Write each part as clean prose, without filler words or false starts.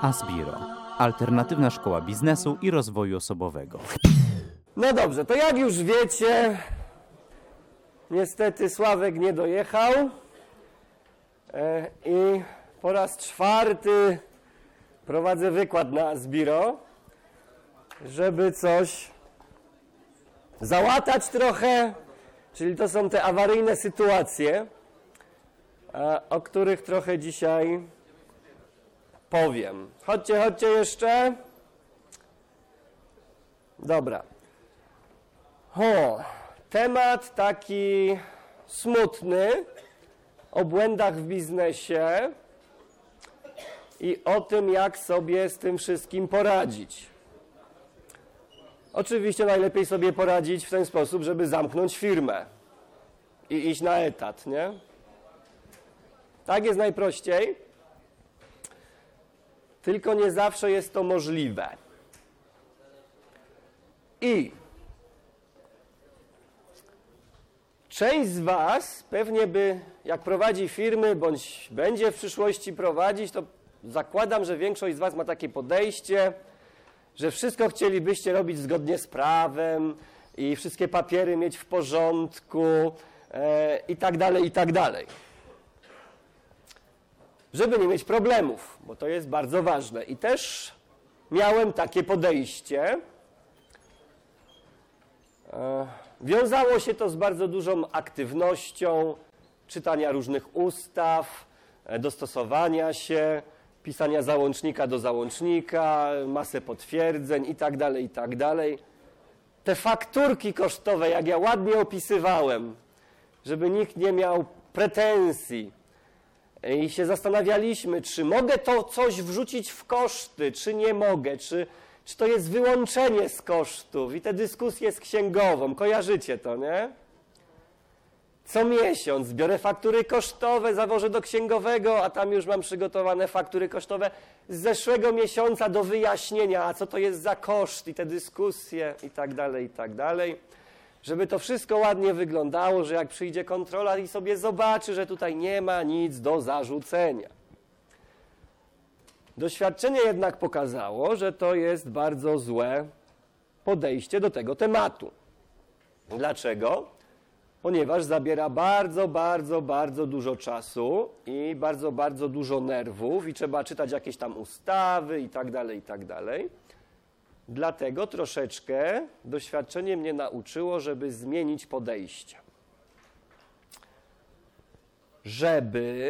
Asbiro, alternatywna szkoła biznesu i rozwoju osobowego. No dobrze, to jak już wiecie, niestety Sławek nie dojechał i po raz czwarty prowadzę wykład na Asbiro, żeby coś załatać trochę, czyli to są te awaryjne sytuacje, o których trochę dzisiaj powiem. Chodźcie jeszcze. Dobra. Temat taki smutny, o błędach w biznesie i o tym, jak sobie z tym wszystkim poradzić. Oczywiście najlepiej sobie poradzić w ten sposób, żeby zamknąć firmę i iść na etat, nie? Tak jest najprościej, tylko nie zawsze jest to możliwe. I część z Was pewnie by, jak prowadzi firmy, bądź będzie w przyszłości prowadzić, to zakładam, że większość z Was ma takie podejście, że wszystko chcielibyście robić zgodnie z prawem i wszystkie papiery mieć w porządku i tak dalej, i tak dalej. Żeby nie mieć problemów, bo to jest bardzo ważne. I też miałem takie podejście. Wiązało się to z bardzo dużą aktywnością, czytania różnych ustaw, dostosowania się, pisania załącznika do załącznika, masę potwierdzeń i tak dalej, i tak dalej. Te fakturki kosztowe, jak ja ładnie opisywałem, żeby nikt nie miał pretensji. I się zastanawialiśmy, czy mogę to coś wrzucić w koszty, czy nie mogę, czy to jest wyłączenie z kosztów. I te dyskusje z księgową, kojarzycie to, nie? Co miesiąc biorę faktury kosztowe, zawożę do księgowego, a tam już mam przygotowane faktury kosztowe z zeszłego miesiąca do wyjaśnienia, a co to jest za koszt i te dyskusje i tak dalej, i tak dalej. Żeby to wszystko ładnie wyglądało, że jak przyjdzie kontrola i sobie zobaczy, że tutaj nie ma nic do zarzucenia. Doświadczenie jednak pokazało, że to jest bardzo złe podejście do tego tematu. Dlaczego? Ponieważ zabiera bardzo dużo czasu i bardzo dużo nerwów i trzeba czytać jakieś tam ustawy i tak dalej, i tak dalej. Dlatego troszeczkę doświadczenie mnie nauczyło, żeby zmienić podejście. Żeby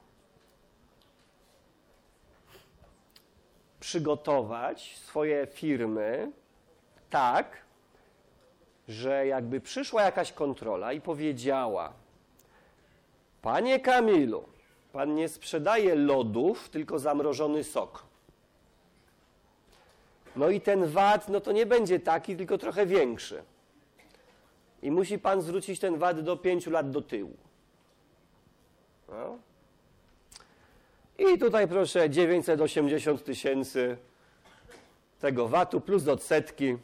przygotować swoje firmy tak, że jakby przyszła jakaś kontrola i powiedziała: Panie Kamilu, pan nie sprzedaje lodów, tylko zamrożony sok. No i ten VAT, no to nie będzie taki, tylko trochę większy. I musi pan zwrócić ten VAT do 5 lat do tyłu. No. I tutaj proszę 980 000 tego VAT-u plus odsetki.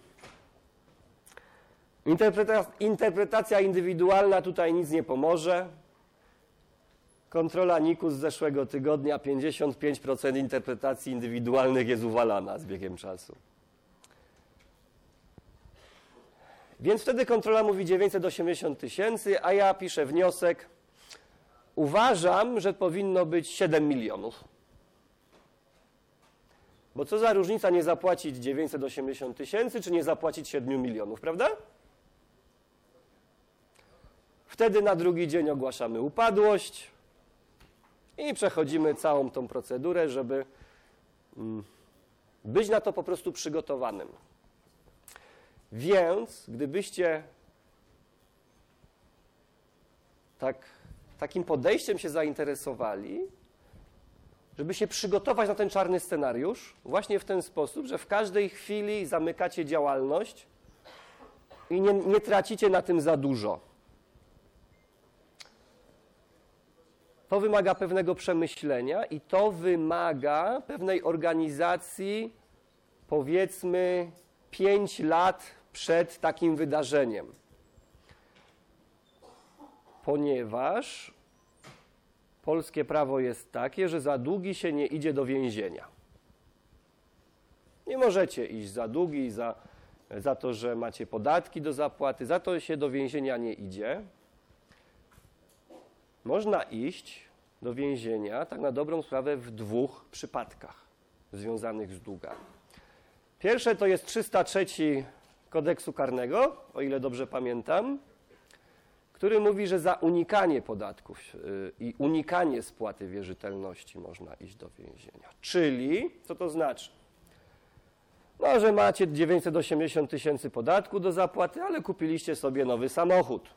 Interpretacja indywidualna tutaj nic nie pomoże. Kontrola NIK-u z zeszłego tygodnia, 55% interpretacji indywidualnych jest uwalana z biegiem czasu. Więc wtedy kontrola mówi 980 000, a ja piszę wniosek. Uważam, że powinno być 7 milionów. Bo co za różnica nie zapłacić 980 000, czy nie zapłacić 7 milionów, prawda? Wtedy na drugi dzień ogłaszamy upadłość i przechodzimy całą tą procedurę, żeby być na to po prostu przygotowanym. Więc gdybyście takim podejściem się zainteresowali, żeby się przygotować na ten czarny scenariusz, właśnie w ten sposób, że w każdej chwili zamykacie działalność i nie tracicie na tym za dużo. To wymaga pewnego przemyślenia i to wymaga pewnej organizacji, powiedzmy 5 lat przed takim wydarzeniem. Ponieważ polskie prawo jest takie, że za długi się nie idzie do więzienia. Nie możecie iść za długi, za to, że macie podatki do zapłaty, za to się do więzienia nie idzie. Można iść do więzienia, tak na dobrą sprawę, w 2 przypadkach związanych z długami. Pierwsze to jest 303 kodeksu karnego, o ile dobrze pamiętam, który mówi, że za unikanie podatków i unikanie spłaty wierzytelności można iść do więzienia. Czyli, co to znaczy? No, że macie 980 000 podatku do zapłaty, ale kupiliście sobie nowy samochód.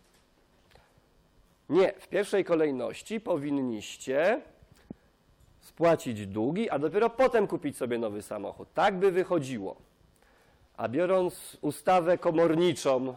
Nie, w pierwszej kolejności powinniście spłacić długi, a dopiero potem kupić sobie nowy samochód. Tak by wychodziło. A biorąc ustawę komorniczą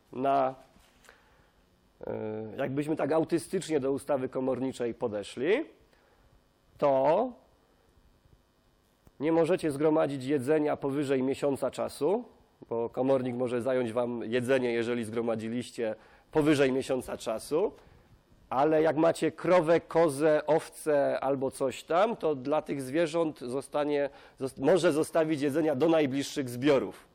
jakbyśmy tak autystycznie do ustawy komorniczej podeszli, to nie możecie zgromadzić jedzenia powyżej miesiąca czasu, bo komornik może zająć wam jedzenie, jeżeli zgromadziliście powyżej miesiąca czasu, ale jak macie krowę, kozę, owce albo coś tam, to dla tych zwierząt może zostawić jedzenia do najbliższych zbiorów.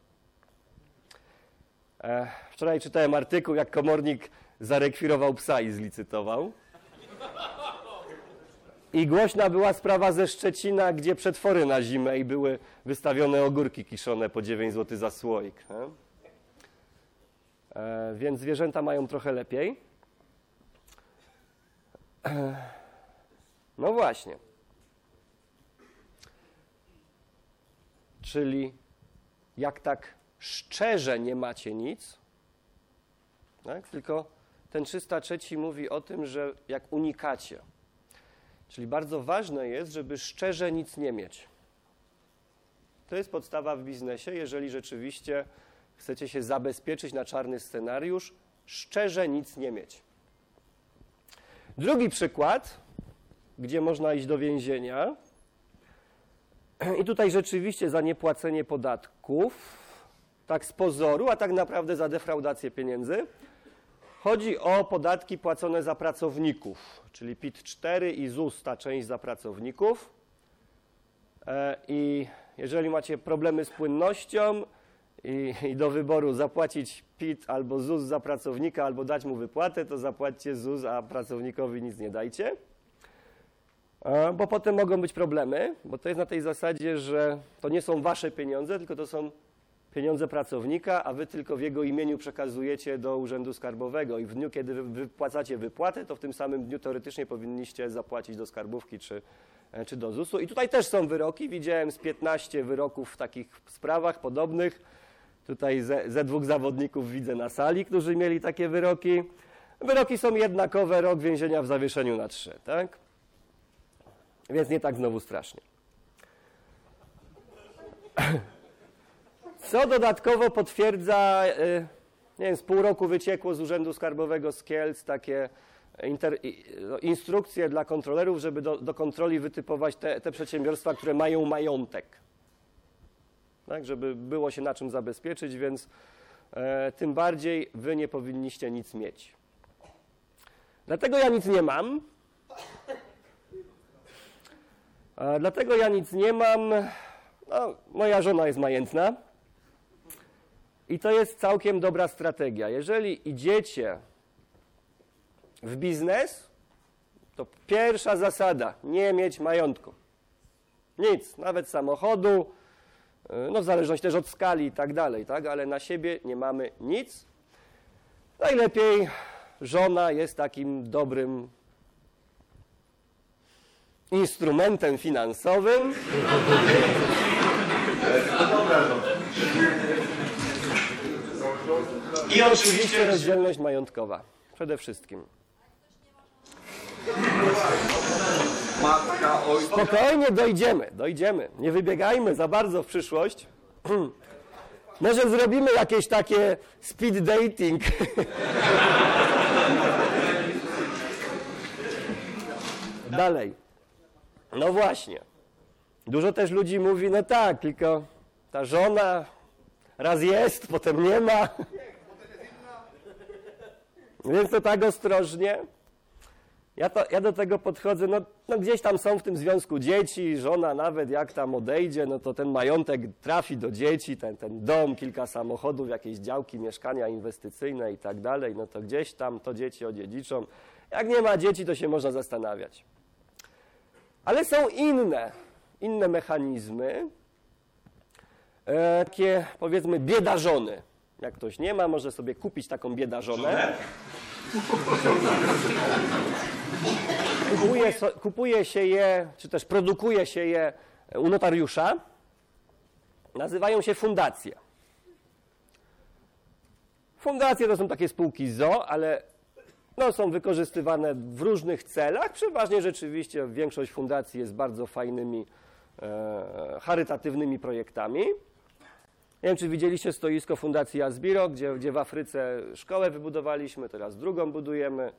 Wczoraj czytałem artykuł, jak komornik zarekwirował psa i zlicytował. I głośna była sprawa ze Szczecina, gdzie przetwory na zimę i były wystawione ogórki kiszone po 9 zł za słoik. Więc zwierzęta mają trochę lepiej. No właśnie. Czyli jak tak szczerze nie macie nic, tak? Tylko ten 303 mówi o tym, że jak unikacie. Czyli bardzo ważne jest, żeby szczerze nic nie mieć. To jest podstawa w biznesie, jeżeli rzeczywiście chcecie się zabezpieczyć na czarny scenariusz, szczerze nic nie mieć. Drugi przykład, gdzie można iść do więzienia i tutaj rzeczywiście za niepłacenie podatków, tak z pozoru, a tak naprawdę za defraudację pieniędzy, chodzi o podatki płacone za pracowników, czyli PIT-4 i ZUS, ta część za pracowników. I jeżeli macie problemy z płynnością i do wyboru zapłacić PIT albo ZUS za pracownika, albo dać mu wypłatę, to zapłaćcie ZUS, a pracownikowi nic nie dajcie. Bo potem mogą być problemy, bo to jest na tej zasadzie, że to nie są wasze pieniądze, tylko to są pieniądze pracownika, a wy tylko w jego imieniu przekazujecie do Urzędu Skarbowego i w dniu, kiedy wypłacacie wypłatę, to w tym samym dniu teoretycznie powinniście zapłacić do skarbówki czy do ZUS-u. I tutaj też są wyroki, widziałem z 15 wyroków w takich sprawach podobnych. Tutaj ze 2 zawodników widzę na sali, którzy mieli takie wyroki. Wyroki są jednakowe, rok więzienia w zawieszeniu na 3, tak? Więc nie tak znowu strasznie. Co dodatkowo potwierdza, nie wiem, z pół roku wyciekło z Urzędu Skarbowego z Kielc takie instrukcje dla kontrolerów, żeby do kontroli wytypować te przedsiębiorstwa, które mają majątek. Tak, żeby było się na czym zabezpieczyć, więc tym bardziej wy nie powinniście nic mieć. Dlatego ja nic nie mam. Dlatego ja nic nie mam. No, moja żona jest majętna. I to jest całkiem dobra strategia. Jeżeli idziecie w biznes, to pierwsza zasada, nie mieć majątku. Nic, nawet samochodu, no w zależności też od skali i tak dalej, tak? Ale na siebie nie mamy nic. Najlepiej żona jest takim dobrym instrumentem finansowym. I oczywiście rozdzielność majątkowa. Przede wszystkim. Spokojnie dojdziemy. Nie wybiegajmy za bardzo w przyszłość. Może zrobimy jakieś takie speed dating. Dalej. No właśnie. Dużo też ludzi mówi, no tak, tylko ta żona raz jest, potem nie ma. Więc to tak ostrożnie. Ja do tego podchodzę, no gdzieś tam są w tym związku dzieci, żona nawet jak tam odejdzie, no to ten majątek trafi do dzieci, ten dom, kilka samochodów, jakieś działki, mieszkania inwestycyjne i tak dalej, no to gdzieś tam to dzieci odziedziczą. Jak nie ma dzieci, to się można zastanawiać. Ale są inne mechanizmy, takie powiedzmy biedażony. Jak ktoś nie ma, może sobie kupić taką biedażonę. Kupuje się je, czy też produkuje się je u notariusza. Nazywają się fundacje. Fundacje to są takie spółki ZO, ale no, są wykorzystywane w różnych celach. Przeważnie rzeczywiście większość fundacji jest bardzo fajnymi, charytatywnymi projektami. Nie wiem, czy widzieliście stoisko Fundacji Asbiro, gdzie w Afryce szkołę wybudowaliśmy, teraz drugą budujemy.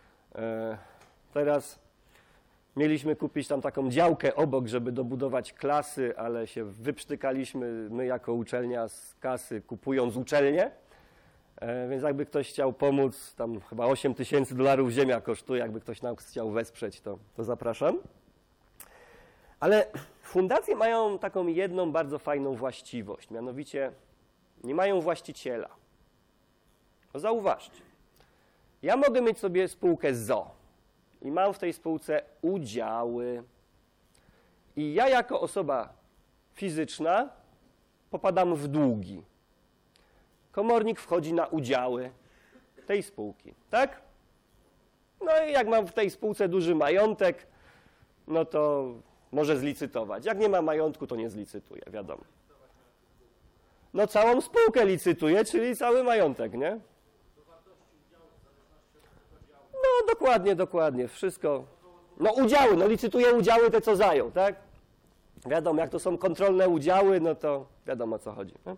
Teraz mieliśmy kupić tam taką działkę obok, żeby dobudować klasy, ale się wyprztykaliśmy my jako uczelnia z kasy, kupując uczelnię. Więc jakby ktoś chciał pomóc, tam chyba $8,000 ziemia kosztuje, jakby ktoś nam chciał wesprzeć, to zapraszam. Ale fundacje mają taką jedną bardzo fajną właściwość, mianowicie nie mają właściciela. No zauważcie, ja mogę mieć sobie spółkę ZO i mam w tej spółce udziały. I ja jako osoba fizyczna popadam w długi. Komornik wchodzi na udziały tej spółki, tak? No i jak mam w tej spółce duży majątek, no to może zlicytować. Jak nie ma majątku, to nie zlicytuje, wiadomo. No całą spółkę licytuje, czyli cały majątek, nie? No dokładnie, wszystko. No udziały, no licytuje udziały te, co zajął, tak? Wiadomo, jak to są kontrolne udziały, no to wiadomo, o co chodzi. Nie?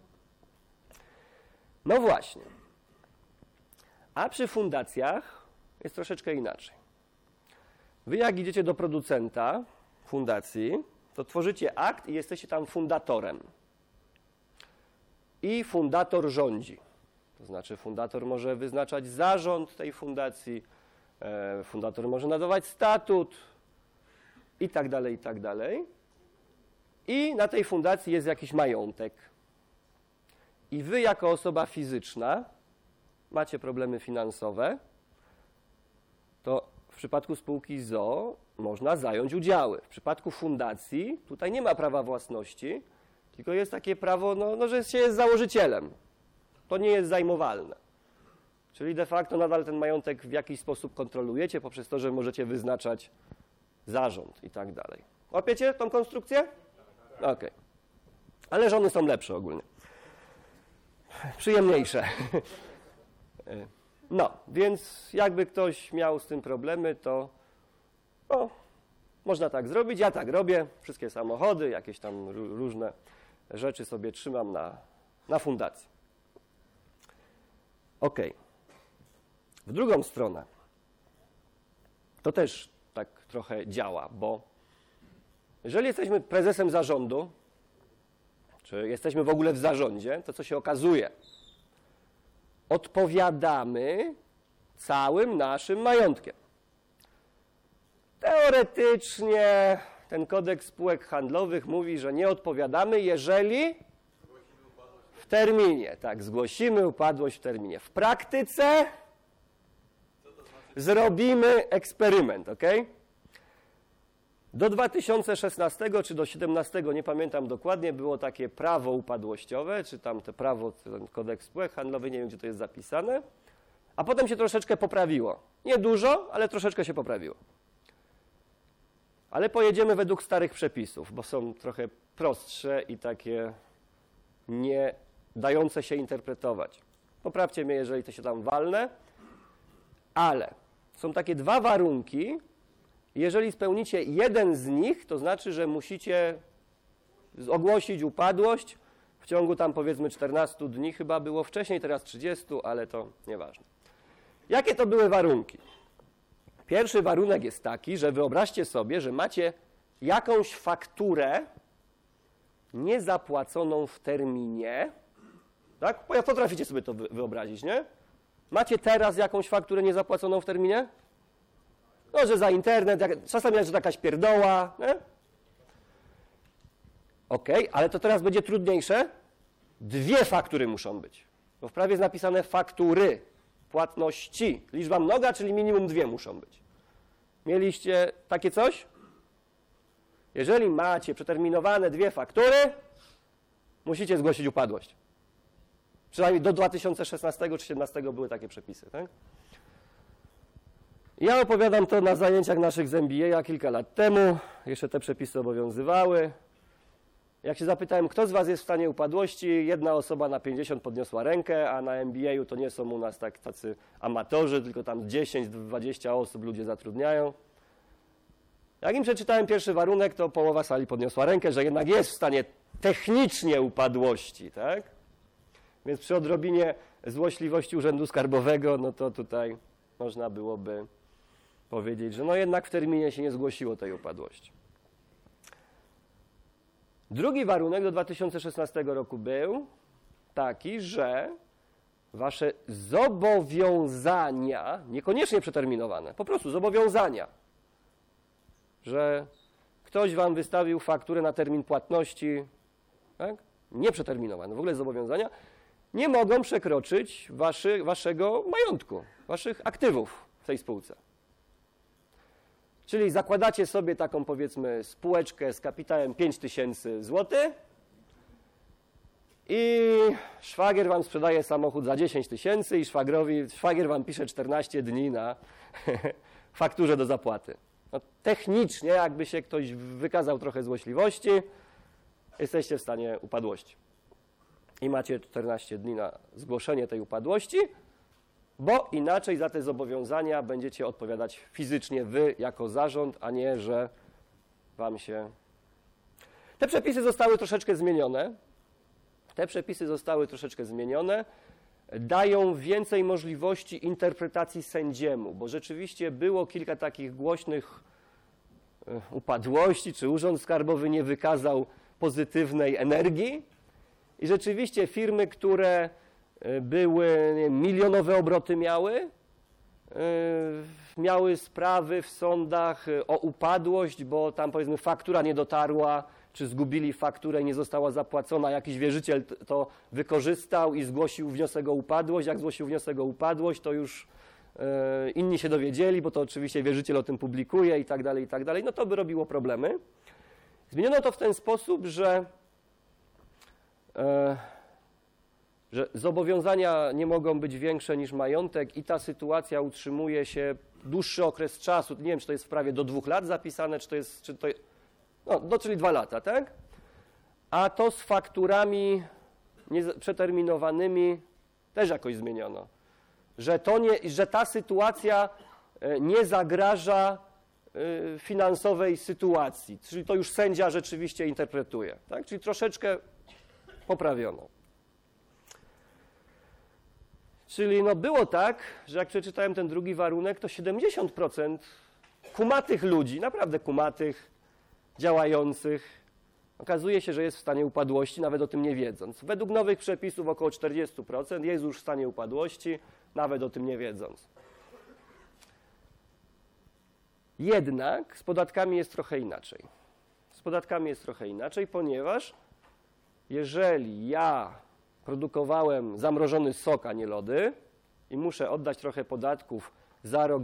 No właśnie. A przy fundacjach jest troszeczkę inaczej. Wy jak idziecie do producenta fundacji, to tworzycie akt i jesteście tam fundatorem. I fundator rządzi. To znaczy fundator może wyznaczać zarząd tej fundacji, fundator może nadawać statut i tak dalej, i tak dalej. I na tej fundacji jest jakiś majątek. I wy jako osoba fizyczna macie problemy finansowe, to w przypadku spółki ZO można zająć udziały. W przypadku fundacji tutaj nie ma prawa własności, tylko jest takie prawo, że się jest założycielem. To nie jest zajmowalne. Czyli de facto nadal ten majątek w jakiś sposób kontrolujecie poprzez to, że możecie wyznaczać zarząd i tak dalej. Łapiecie tą konstrukcję? Okej. Ale żony są lepsze ogólnie. Przyjemniejsze. No, więc jakby ktoś miał z tym problemy, to można tak zrobić. Ja tak robię. Wszystkie samochody, jakieś tam różne rzeczy sobie trzymam na fundacji. Ok. W drugą stronę to też tak trochę działa, bo jeżeli jesteśmy prezesem zarządu, czy jesteśmy w ogóle w zarządzie, to co się okazuje? Odpowiadamy całym naszym majątkiem. Teoretycznie ten kodeks spółek handlowych mówi, że nie odpowiadamy, jeżeli w terminie. Tak, zgłosimy upadłość w terminie. W praktyce zrobimy eksperyment, ok? Do 2016 czy do 2017, nie pamiętam dokładnie, było takie prawo upadłościowe, czy tam te prawo, ten kodeks spółek handlowych, nie wiem, gdzie to jest zapisane, a potem się troszeczkę poprawiło. Nie dużo, ale troszeczkę się poprawiło. Ale pojedziemy według starych przepisów, bo są trochę prostsze i takie nie dające się interpretować. Poprawcie mnie, jeżeli to się tam walnę, ale są takie dwa warunki. Jeżeli spełnicie jeden z nich, to znaczy, że musicie ogłosić upadłość w ciągu tam powiedzmy 14 dni, chyba było wcześniej, teraz 30, ale to nieważne. Jakie to były warunki? Pierwszy warunek jest taki, że wyobraźcie sobie, że macie jakąś fakturę niezapłaconą w terminie. Tak? Potraficie sobie to wyobrazić, nie? Macie teraz jakąś fakturę niezapłaconą w terminie? No, że za internet, czasami jest jakaś pierdoła, nie? Okej, ale to teraz będzie trudniejsze. 2 faktury muszą być. Bo w prawie jest napisane faktury, płatności. Liczba mnoga, czyli minimum 2 muszą być. Mieliście takie coś? Jeżeli macie przeterminowane 2 faktury, musicie zgłosić upadłość. Przynajmniej do 2016 czy 2017 były takie przepisy. Tak? Ja opowiadam to na zajęciach naszych z MBA kilka lat temu. Jeszcze te przepisy obowiązywały. Jak się zapytałem, kto z was jest w stanie upadłości, 1 osoba na 50 podniosła rękę, a na MBA-u to nie są u nas tacy amatorzy, tylko tam 10-20 osób ludzie zatrudniają. Jak im przeczytałem pierwszy warunek, to połowa sali podniosła rękę, że jednak jest w stanie technicznie upadłości, tak? Więc przy odrobinie złośliwości Urzędu Skarbowego, no to tutaj można byłoby powiedzieć, że no jednak w terminie się nie zgłosiło tej upadłości. Drugi warunek do 2016 roku był taki, że wasze zobowiązania, niekoniecznie przeterminowane, po prostu zobowiązania, że ktoś wam wystawił fakturę na termin płatności, tak? Nieprzeterminowane, w ogóle zobowiązania, nie mogą przekroczyć waszego majątku, waszych aktywów w tej spółce. Czyli zakładacie sobie taką, powiedzmy, spółeczkę z kapitałem 5000 zł i szwagier wam sprzedaje samochód za 10 000 i szwagier wam pisze 14 dni na fakturze do zapłaty. No, technicznie, jakby się ktoś wykazał trochę złośliwości, jesteście w stanie upadłości. I macie 14 dni na zgłoszenie tej upadłości, bo inaczej za te zobowiązania będziecie odpowiadać fizycznie wy jako zarząd, a nie, że wam się... Te przepisy zostały troszeczkę zmienione. Dają więcej możliwości interpretacji sędziemu, bo rzeczywiście było kilka takich głośnych upadłości, czy Urząd Skarbowy nie wykazał pozytywnej energii i rzeczywiście firmy, które były, nie wiem, milionowe obroty miały sprawy w sądach o upadłość, bo tam, powiedzmy, faktura nie dotarła, czy zgubili fakturę i nie została zapłacona, jakiś wierzyciel to wykorzystał i zgłosił wniosek o upadłość. Jak zgłosił wniosek o upadłość, to już inni się dowiedzieli, bo to oczywiście wierzyciel o tym publikuje i tak dalej, no to by robiło problemy. Zmieniono to w ten sposób, że zobowiązania nie mogą być większe niż majątek i ta sytuacja utrzymuje się dłuższy okres czasu. Nie wiem, czy to jest w prawie do 2 lat zapisane, czyli 2 lata, tak? A to z fakturami przeterminowanymi też jakoś zmieniono. Że ta sytuacja nie zagraża finansowej sytuacji, czyli to już sędzia rzeczywiście interpretuje, tak? Czyli troszeczkę poprawiono. Czyli no było tak, że jak przeczytałem ten drugi warunek, to 70% kumatych ludzi, naprawdę kumatych, działających, okazuje się, że jest w stanie upadłości, nawet o tym nie wiedząc. Według nowych przepisów około 40% jest już w stanie upadłości, nawet o tym nie wiedząc. Jednak z podatkami jest trochę inaczej. Ponieważ jeżeli ja produkowałem zamrożony sok, a nie lody i muszę oddać trochę podatków za rok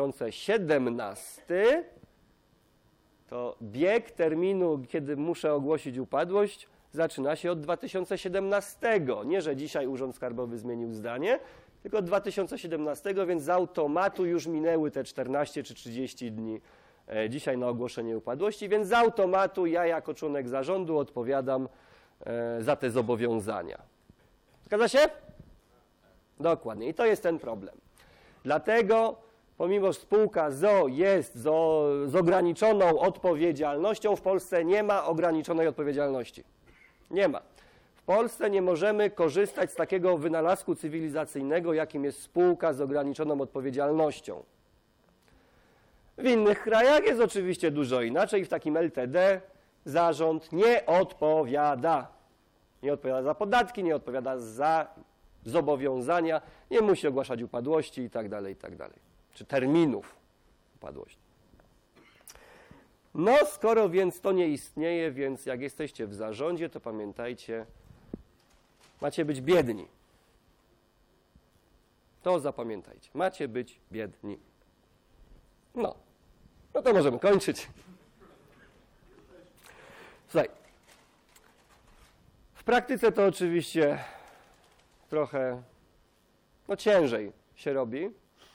2017, to bieg terminu, kiedy muszę ogłosić upadłość, zaczyna się od 2017. Nie, że dzisiaj Urząd Skarbowy zmienił zdanie, tylko od 2017, więc z automatu już minęły te 14 czy 30 dni dzisiaj na ogłoszenie upadłości, więc z automatu ja jako członek zarządu odpowiadam za te zobowiązania. Zgadza się? Dokładnie. I to jest ten problem. Dlatego, pomimo że spółka ZOO jest z ograniczoną odpowiedzialnością, w Polsce nie ma ograniczonej odpowiedzialności. Nie ma. W Polsce nie możemy korzystać z takiego wynalazku cywilizacyjnego, jakim jest spółka z ograniczoną odpowiedzialnością. W innych krajach jest oczywiście dużo inaczej. W takim LTD zarząd nie odpowiada. Nie odpowiada za podatki, nie odpowiada za zobowiązania, nie musi ogłaszać upadłości i tak dalej, czy terminów upadłość. No, skoro więc to nie istnieje, więc jak jesteście w zarządzie, to pamiętajcie, macie być biedni. To zapamiętajcie. Macie być biedni. No to możemy kończyć. Słuchaj, w praktyce to oczywiście trochę ciężej się robi,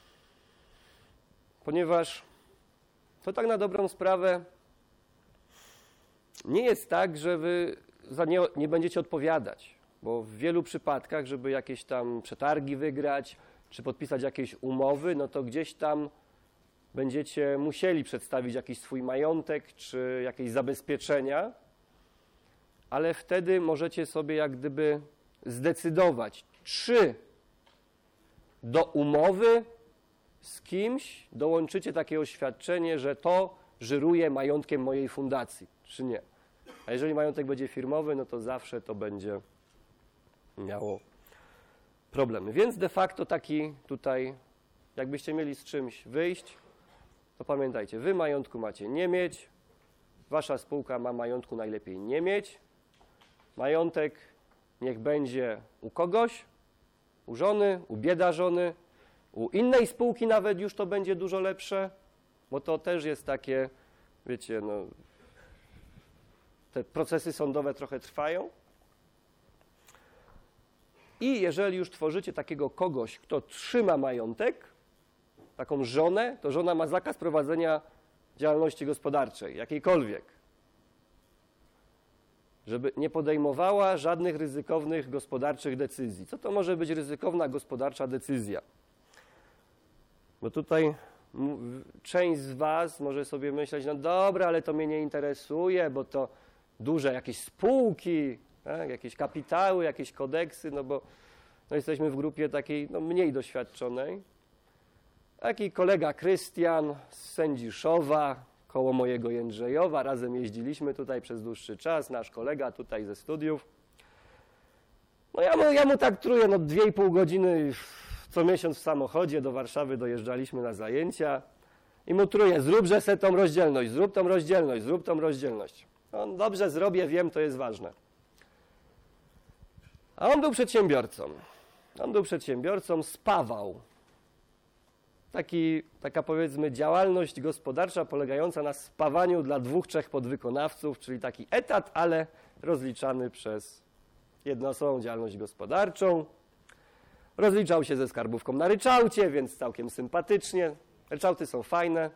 ponieważ to tak na dobrą sprawę nie jest tak, że wy za nie będziecie odpowiadać, bo w wielu przypadkach, żeby jakieś tam przetargi wygrać, czy podpisać jakieś umowy, no to gdzieś tam będziecie musieli przedstawić jakiś swój majątek, czy jakieś zabezpieczenia, ale wtedy możecie sobie jak gdyby zdecydować, czy do umowy z kimś dołączycie takie oświadczenie, że to żyruje majątkiem mojej fundacji, czy nie. A jeżeli majątek będzie firmowy, no to zawsze to będzie miało problemy. Więc de facto taki tutaj, jakbyście mieli z czymś wyjść, to pamiętajcie, wy majątku macie nie mieć, wasza spółka ma majątku najlepiej nie mieć, majątek niech będzie u kogoś, u żony, u bieda żony, u innej spółki nawet już to będzie dużo lepsze, bo to też jest takie, wiecie, no, te procesy sądowe trochę trwają. I jeżeli już tworzycie takiego kogoś, kto trzyma majątek, taką żonę, to żona ma zakaz prowadzenia działalności gospodarczej, jakiejkolwiek. Żeby nie podejmowała żadnych ryzykownych gospodarczych decyzji. Co to może być ryzykowna gospodarcza decyzja? Bo tutaj część z was może sobie myśleć, no dobra, ale to mnie nie interesuje, bo to duże jakieś spółki, tak, jakieś kapitały, jakieś kodeksy, no bo jesteśmy w grupie takiej mniej doświadczonej. Taki kolega Krystian z Sędziszowa, koło mojego Jędrzejowa, razem jeździliśmy tutaj przez dłuższy czas, nasz kolega tutaj ze studiów. No ja mu tak truję, 2,5 godziny co miesiąc w samochodzie do Warszawy dojeżdżaliśmy na zajęcia i mu truję, zróbże se tą rozdzielność, zrób tą rozdzielność, zrób tą rozdzielność. On dobrze zrobię, wiem, to jest ważne. A on był przedsiębiorcą. Spawał. Taka powiedzmy działalność gospodarcza polegająca na spawaniu dla 2-3 podwykonawców, czyli taki etat, ale rozliczany przez jednoosobową działalność gospodarczą. Rozliczał się ze skarbówką na ryczałcie, więc całkiem sympatycznie. Ryczałty są fajne.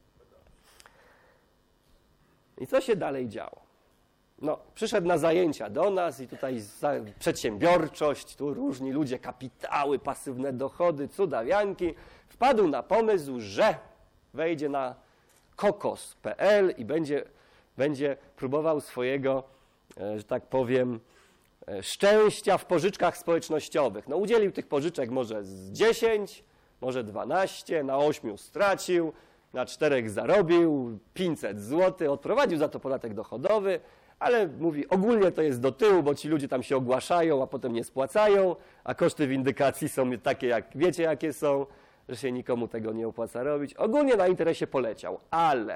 I co się dalej działo? Przyszedł na zajęcia do nas i tutaj przedsiębiorczość, tu różni ludzie, kapitały, pasywne dochody, cudawianki. Wpadł na pomysł, że wejdzie na kokos.pl i będzie próbował swojego, że tak powiem, szczęścia w pożyczkach społecznościowych. Udzielił tych pożyczek może z 10, może 12, na 8 stracił, na 4 zarobił 500 zł, odprowadził za to podatek dochodowy, ale mówi, ogólnie to jest do tyłu, bo ci ludzie tam się ogłaszają, a potem nie spłacają, a koszty windykacji są takie, jak wiecie, jakie są, że się nikomu tego nie opłaca robić. Ogólnie na interesie poleciał, ale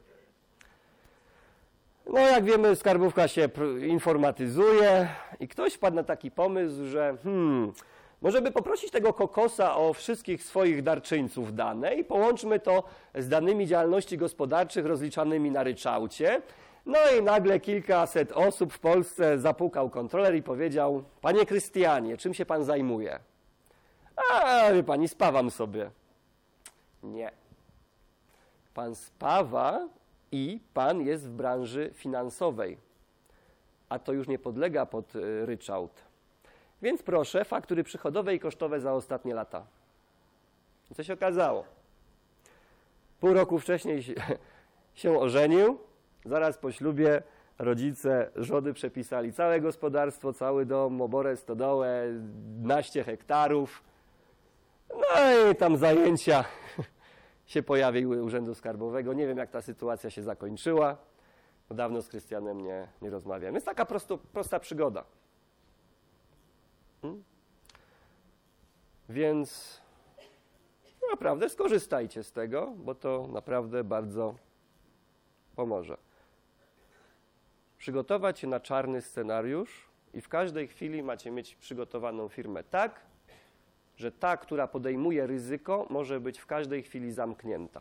jak wiemy, skarbówka się informatyzuje i ktoś wpadł na taki pomysł, że może by poprosić tego kokosa o wszystkich swoich darczyńców dane i połączmy to z danymi działalności gospodarczych rozliczanymi na ryczałcie. I nagle kilkaset osób w Polsce zapukał kontroler i powiedział: panie Krystianie, czym się pan zajmuje? A, wie pani, spawam sobie. Nie. Pan spawa i pan jest w branży finansowej, a to już nie podlega pod ryczałt. Więc proszę, faktury przychodowe i kosztowe za ostatnie lata. I co się okazało? Pół roku wcześniej się ożenił, zaraz po ślubie rodzice żony przepisali całe gospodarstwo, cały dom, oborę, stodołę, 12 hektarów. I tam zajęcia się pojawiły Urzędu Skarbowego. Nie wiem, jak ta sytuacja się zakończyła. Dawno z Krystianem nie rozmawiam. Jest taka prosta przygoda. Więc naprawdę skorzystajcie z tego, bo to naprawdę bardzo pomoże. Przygotować się na czarny scenariusz i w każdej chwili macie mieć przygotowaną firmę tak, że ta, która podejmuje ryzyko, może być w każdej chwili zamknięta.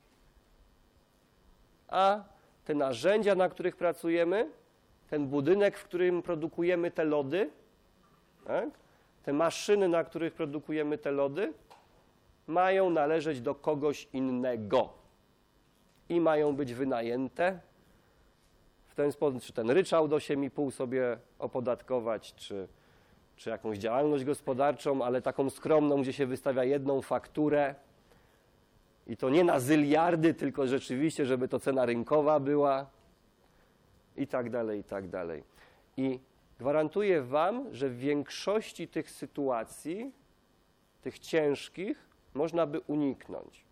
A te narzędzia, na których pracujemy, ten budynek, w którym produkujemy te lody, tak? Te maszyny, na których produkujemy te lody, mają należeć do kogoś innego i mają być wynajęte w ten sposób, czy ten ryczałt 8,5 sobie opodatkować, czy jakąś działalność gospodarczą, ale taką skromną, gdzie się wystawia jedną fakturę i to nie na zyliardy, tylko rzeczywiście, żeby to cena rynkowa była i tak dalej, i tak dalej. I gwarantuję wam, że w większości tych sytuacji, tych ciężkich, można by uniknąć.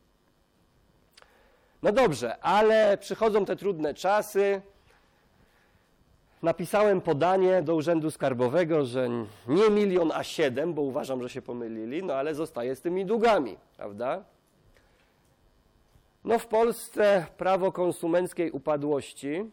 No dobrze, ale przychodzą te trudne czasy. Napisałem podanie do Urzędu Skarbowego, że nie 1 000 000, a 7, bo uważam, że się pomylili, no ale zostaję z tymi długami, prawda? No w Polsce prawo konsumenckiej upadłości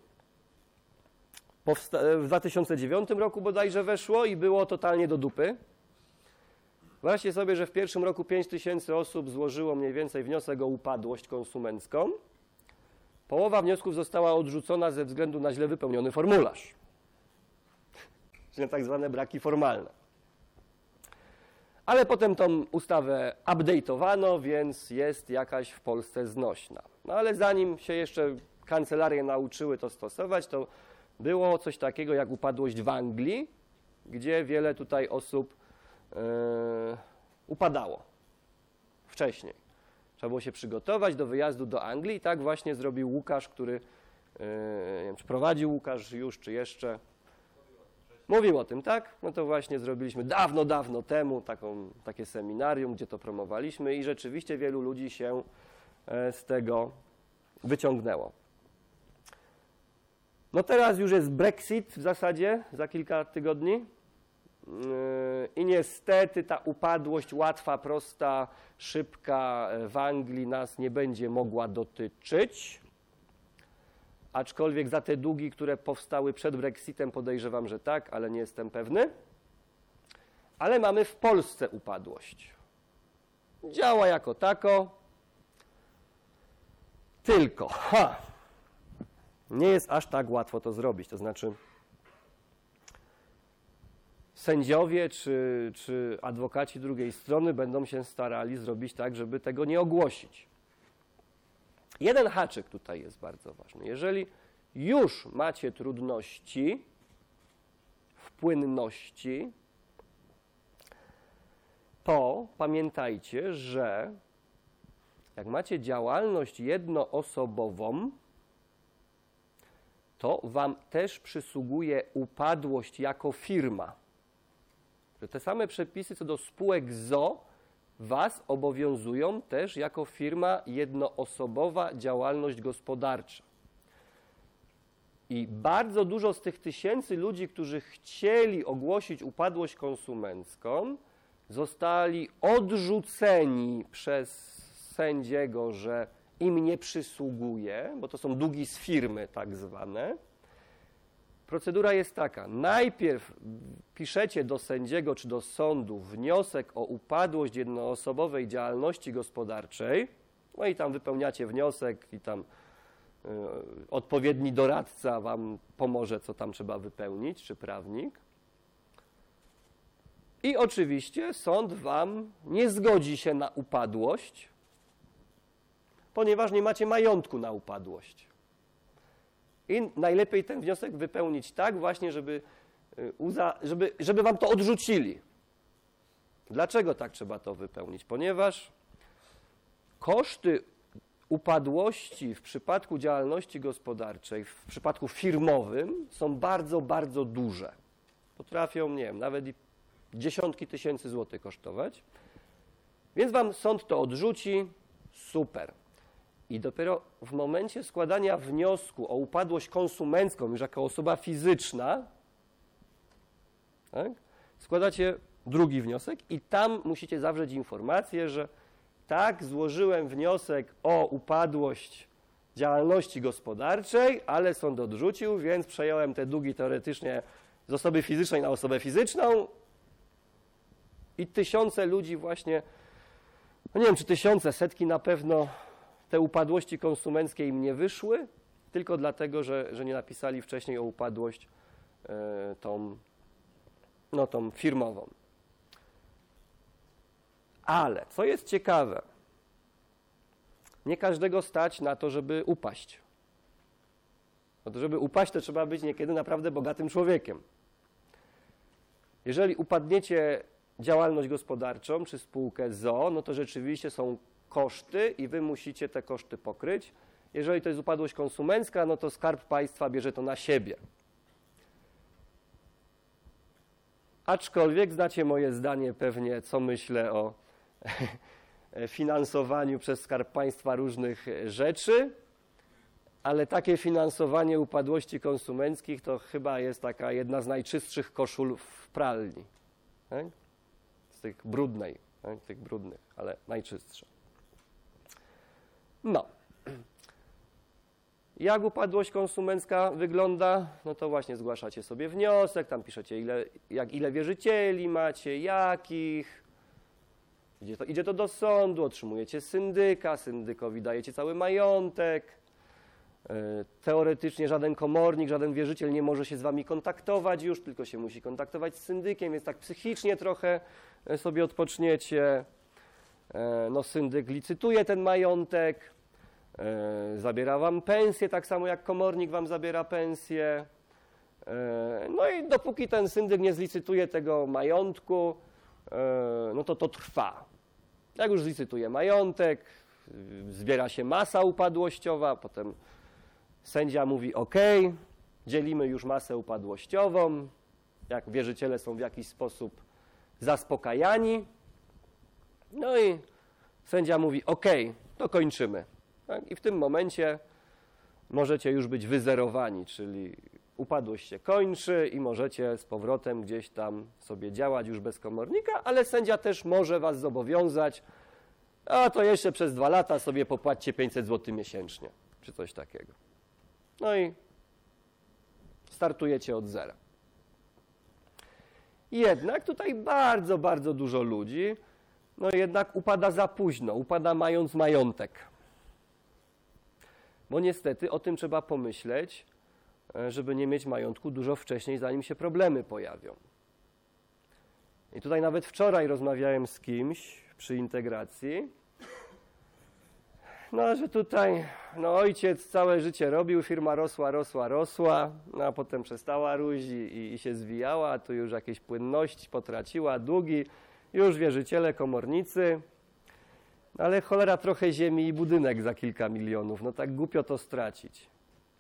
w 2009 roku bodajże weszło i było totalnie do dupy. Wyobraźcie sobie, że w pierwszym roku 5000 osób złożyło mniej więcej wniosek o upadłość konsumencką. Połowa wniosków została odrzucona ze względu na źle wypełniony formularz. Czyli tak zwane braki formalne. Ale potem tą ustawę update'owano, więc jest jakaś w Polsce znośna. No ale zanim się jeszcze kancelarie nauczyły to stosować, to było coś takiego jak upadłość w Anglii, gdzie wiele tutaj osób upadało wcześniej. Trzeba było się przygotować do wyjazdu do Anglii i tak właśnie zrobił Łukasz, który, nie wiem, czy prowadził Łukasz już, czy jeszcze. Mówił o tym, tak? No to właśnie zrobiliśmy dawno, dawno temu takie seminarium, gdzie to promowaliśmy i rzeczywiście wielu ludzi się z tego wyciągnęło. No teraz już jest Brexit w zasadzie za kilka tygodni i niestety ta upadłość łatwa, prosta, szybka w Anglii nas nie będzie mogła dotyczyć. Aczkolwiek za te długi, które powstały przed Brexitem, podejrzewam, że tak, ale nie jestem pewny. Ale mamy w Polsce upadłość. Działa jako tako, tylko nie jest aż tak łatwo to zrobić. To znaczy sędziowie czy adwokaci drugiej strony będą się starali zrobić tak, żeby tego nie ogłosić. Jeden haczyk tutaj jest bardzo ważny. Jeżeli już macie trudności w płynności, to pamiętajcie, że jak macie działalność jednoosobową, to wam też przysługuje upadłość jako firma. Że te same przepisy co do spółek z o.o. was obowiązują też jako firma jednoosobowa działalność gospodarcza. I bardzo dużo z tych tysięcy ludzi, którzy chcieli ogłosić upadłość konsumencką, zostali odrzuceni przez sędziego, że im nie przysługuje, bo to są długi z firmy tak zwane. Procedura jest taka. Najpierw piszecie do sędziego czy do sądu wniosek o upadłość jednoosobowej działalności gospodarczej, no i tam wypełniacie wniosek i tam odpowiedni doradca wam pomoże, co tam trzeba wypełnić, czy prawnik. I oczywiście sąd wam nie zgodzi się na upadłość, ponieważ nie macie majątku na upadłość. I najlepiej ten wniosek wypełnić tak właśnie, żeby wam to odrzucili. Dlaczego tak trzeba to wypełnić? Ponieważ koszty upadłości w przypadku działalności gospodarczej, w przypadku firmowym są bardzo, bardzo duże. Potrafią, nie wiem, nawet i dziesiątki tysięcy złotych kosztować. Więc wam sąd to odrzuci, super. I dopiero w momencie składania wniosku o upadłość konsumencką, już jako osoba fizyczna, tak, składacie drugi wniosek i tam musicie zawrzeć informację, że Tak, złożyłem wniosek o upadłość działalności gospodarczej, ale sąd odrzucił, więc przejąłem te długi teoretycznie z osoby fizycznej na osobę fizyczną i tysiące ludzi właśnie, no nie wiem czy tysiące, setki na pewno te upadłości konsumenckie im nie wyszły, tylko dlatego, że nie napisali wcześniej o upadłość tą firmową. Ale, co jest ciekawe, nie każdego stać na to, żeby upaść. No to żeby upaść, to trzeba być niekiedy naprawdę bogatym człowiekiem. Jeżeli upadniecie działalność gospodarczą czy spółkę z o.o., no to rzeczywiście są koszty i wy musicie te koszty pokryć. Jeżeli to jest upadłość konsumencka, no to Skarb Państwa bierze to na siebie. Aczkolwiek znacie moje zdanie pewnie, co myślę o finansowaniu przez Skarb Państwa różnych rzeczy, ale takie finansowanie upadłości konsumenckich to chyba jest taka jedna z najczystszych koszul w pralni. Tak? Z tych brudnych, ale najczystsza. No. Jak upadłość konsumencka wygląda? No to właśnie zgłaszacie sobie wniosek, tam piszecie ile wierzycieli macie, jakich. Idzie to do sądu, otrzymujecie syndyka, syndykowi dajecie cały majątek. Teoretycznie żaden komornik, żaden wierzyciel nie może się z wami kontaktować już, tylko się musi kontaktować z syndykiem, więc tak psychicznie trochę sobie odpoczniecie. No, syndyk licytuje ten majątek, zabiera wam pensję, tak samo jak komornik wam zabiera pensję. No i dopóki ten syndyk nie zlicytuje tego majątku, no to trwa. Jak już zlicytuje majątek, zbiera się masa upadłościowa, potem sędzia mówi OK, dzielimy już masę upadłościową, jak wierzyciele są w jakiś sposób zaspokajani. No i sędzia mówi OK, to kończymy. Tak? I w tym momencie możecie już być wyzerowani, czyli upadłość się kończy i możecie z powrotem gdzieś tam sobie działać już bez komornika, ale sędzia też może was zobowiązać, a to jeszcze przez 2 lata sobie popłaćcie 500 zł miesięcznie, czy coś takiego. No i startujecie od zera. Jednak tutaj bardzo, bardzo dużo ludzi, no jednak upada za późno, upada mając majątek. Bo niestety o tym trzeba pomyśleć, żeby nie mieć majątku dużo wcześniej, zanim się problemy pojawią. I tutaj nawet wczoraj rozmawiałem z kimś przy integracji, no że tutaj ojciec całe życie robił, firma rosła, no a potem przestała róść i się zwijała, a tu już jakieś płynności potraciła, długi, już wierzyciele, komornicy, ale cholera trochę ziemi i budynek za kilka milionów, no tak głupio to stracić.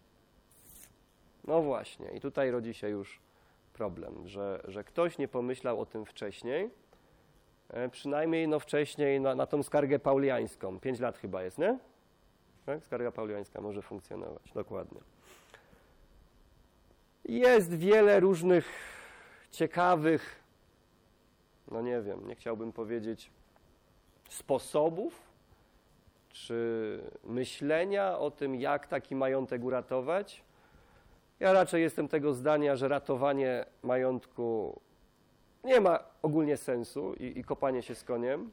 No właśnie, i tutaj rodzi się już problem, że ktoś nie pomyślał o tym wcześniej, przynajmniej wcześniej na tą skargę pauliańską. 5 lat chyba jest, nie? Tak? Skarga pauliańska może funkcjonować, dokładnie. Jest wiele różnych ciekawych, no nie wiem, nie chciałbym powiedzieć sposobów czy myślenia o tym, jak taki majątek uratować. Ja raczej jestem tego zdania, że ratowanie majątku nie ma ogólnie sensu i kopanie się z koniem.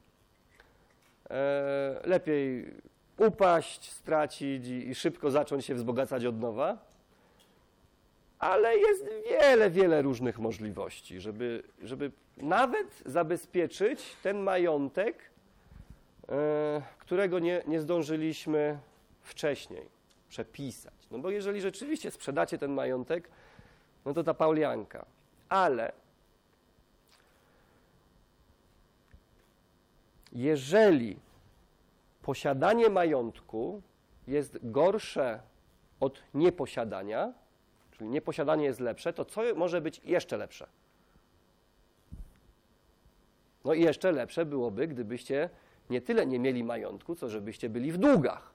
Lepiej upaść, stracić i szybko zacząć się wzbogacać od nowa. Ale jest wiele różnych możliwości, żeby nawet zabezpieczyć ten majątek, którego nie zdążyliśmy wcześniej przepisać. No bo jeżeli rzeczywiście sprzedacie ten majątek, no to ta paulianka. Ale jeżeli posiadanie majątku jest gorsze od nieposiadania, czyli nieposiadanie jest lepsze, to co może być jeszcze lepsze? No i jeszcze lepsze byłoby, gdybyście nie tyle nie mieli majątku, co żebyście byli w długach.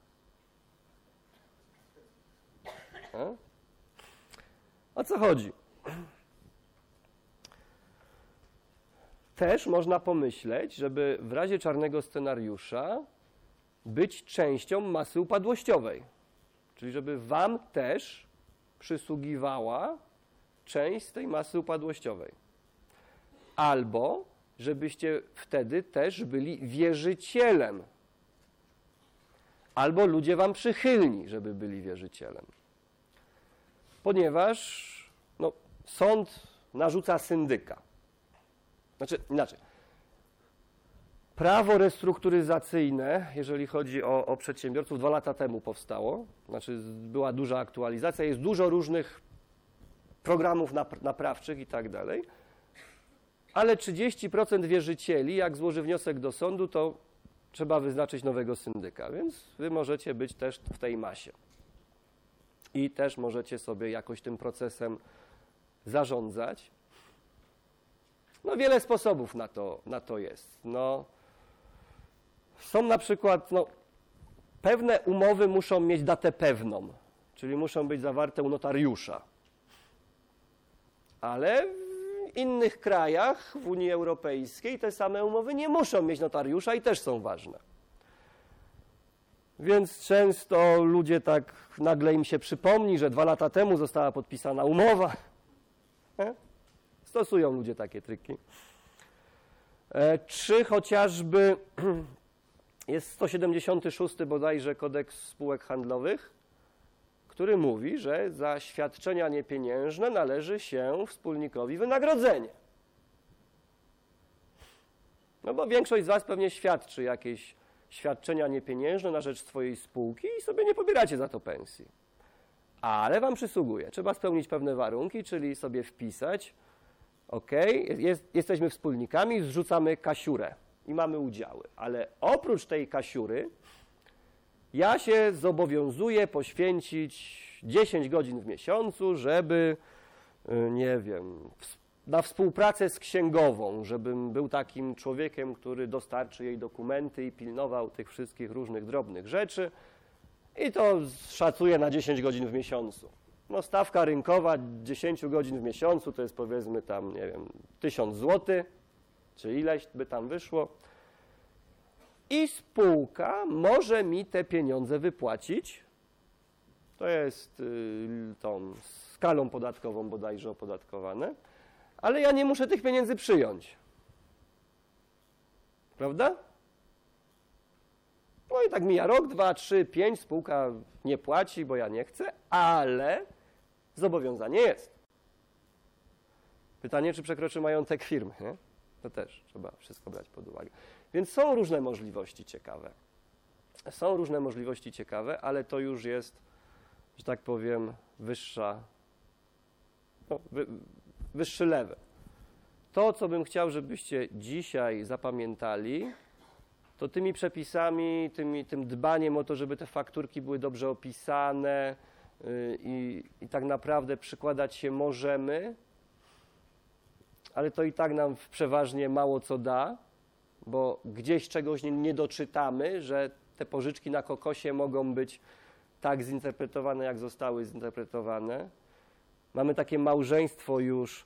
O co chodzi? też można pomyśleć, żeby w razie czarnego scenariusza być częścią masy upadłościowej. Czyli żeby wam też przysługiwała część z tej masy upadłościowej. Albo żebyście wtedy też byli wierzycielem. Albo ludzie wam przychylni, żeby byli wierzycielem. Ponieważ sąd narzuca syndyka. Znaczy, inaczej. Prawo restrukturyzacyjne, jeżeli chodzi o przedsiębiorców, 2 lata temu powstało. Znaczy, była duża aktualizacja, jest dużo różnych programów naprawczych i tak dalej. Ale 30% wierzycieli, jak złoży wniosek do sądu, to trzeba wyznaczyć nowego syndyka, więc wy możecie być też w tej masie. I też możecie sobie jakoś tym procesem zarządzać. Wiele sposobów na to jest. Są na przykład, pewne umowy muszą mieć datę pewną, czyli muszą być zawarte u notariusza. Ale w innych krajach w Unii Europejskiej te same umowy nie muszą mieć notariusza i też są ważne. Więc często ludzie tak nagle im się przypomni, że 2 lata temu została podpisana umowa. Stosują ludzie takie triki. Czy chociażby jest 176 bodajże kodeks spółek handlowych, który mówi, że za świadczenia niepieniężne należy się wspólnikowi wynagrodzenie. Bo większość z was pewnie świadczy jakieś świadczenia niepieniężne na rzecz swojej spółki i sobie nie pobieracie za to pensji. Ale wam przysługuje. Trzeba spełnić pewne warunki, czyli sobie wpisać, jesteśmy wspólnikami, zrzucamy kasiurę i mamy udziały. Ale oprócz tej kasiury ja się zobowiązuję poświęcić 10 godzin w miesiącu, żeby, na współpracę z księgową, żebym był takim człowiekiem, który dostarczy jej dokumenty i pilnował tych wszystkich różnych drobnych rzeczy. I to szacuję na 10 godzin w miesiącu. Stawka rynkowa 10 godzin w miesiącu to jest powiedzmy tam, 1000 zł, czy ileś by tam wyszło. I spółka może mi te pieniądze wypłacić. To jest tą skalą podatkową bodajże opodatkowane. Ale ja nie muszę tych pieniędzy przyjąć. Prawda? I tak mija rok, 2, 3, 5, spółka nie płaci, bo ja nie chcę, ale zobowiązanie jest. Pytanie, czy przekroczy majątek firmy, nie? To też trzeba wszystko brać pod uwagę. Więc są różne możliwości ciekawe. Są różne możliwości ciekawe, ale to już jest, że tak powiem, wyższy level. To, co bym chciał, żebyście dzisiaj zapamiętali, to tymi przepisami, tym dbaniem o to, żeby te fakturki były dobrze opisane i tak naprawdę przykładać się możemy, ale to i tak nam przeważnie mało co da, bo gdzieś czegoś nie doczytamy, że te pożyczki na kokosie mogą być tak zinterpretowane, jak zostały zinterpretowane. Mamy takie małżeństwo już,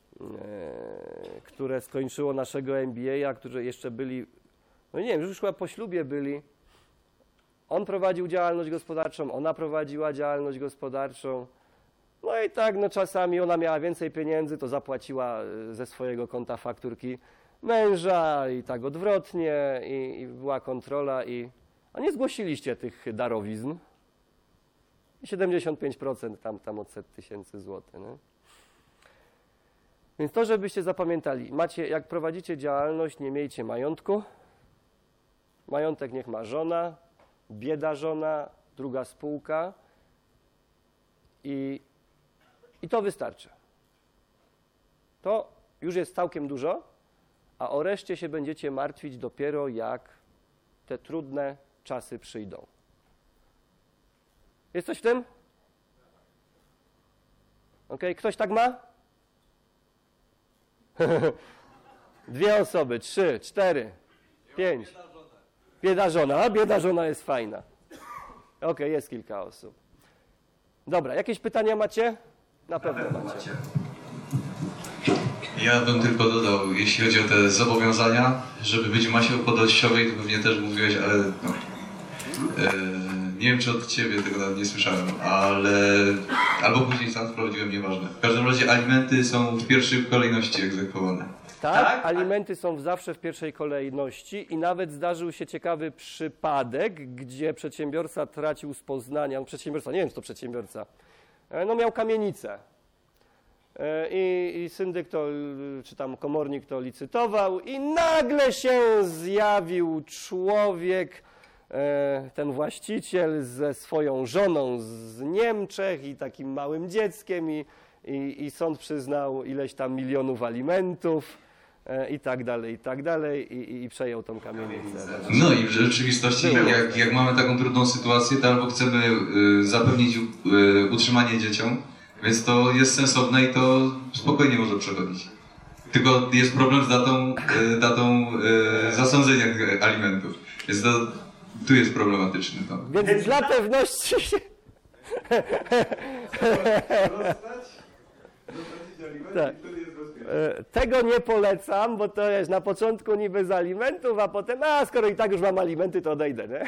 które skończyło naszego MBA, którzy jeszcze byli, już chyba po ślubie byli. On prowadził działalność gospodarczą, ona prowadziła działalność gospodarczą. I tak czasami ona miała więcej pieniędzy, to zapłaciła ze swojego konta fakturki męża i tak odwrotnie i była kontrola a nie zgłosiliście tych darowizn. 75% tam od 100 000 złotych. Nie? Więc to, żebyście zapamiętali, jak prowadzicie działalność, nie miejcie majątku. Majątek niech ma żona, bieda żona, druga spółka i to wystarczy. To już jest całkiem dużo, a o reszcie się będziecie martwić dopiero jak te trudne czasy przyjdą. Jest coś w tym? Ktoś tak ma? 2 osoby, 3, 4, 5. Bieda żona. Bieda żona jest fajna. Jest kilka osób. Dobra, jakieś pytania macie? Na pewno macie. Ja bym tylko dodał, jeśli chodzi o te zobowiązania, żeby być w masie upadłościowej, to pewnie też mówiłeś, ale no, nie wiem czy od ciebie, tego nawet nie słyszałem, ale albo później sam wprowadziłem, nieważne. W każdym razie alimenty są w pierwszej kolejności egzekwowane. Tak, alimenty są zawsze w pierwszej kolejności i nawet zdarzył się ciekawy przypadek, gdzie przedsiębiorca tracił z Poznania, przedsiębiorca, nie wiem czy to przedsiębiorca, no miał kamienicę. I syndyk to, czy tam komornik to licytował i nagle się zjawił człowiek, ten właściciel ze swoją żoną z Niemczech i takim małym dzieckiem i sąd przyznał ileś tam milionów alimentów i tak dalej i przejął tą kamienicę. No i w rzeczywistości jak mamy taką trudną sytuację, to albo chcemy zapewnić utrzymanie dzieciom, więc to jest sensowne i to spokojnie może przechodzić. Tylko jest problem z datą zasądzenia alimentów. Więc to tu jest problematyczny. To. Więc dla pewności tak. Tego nie polecam, bo to jest na początku niby z alimentów, a potem, skoro i tak już mam alimenty, to odejdę, nie?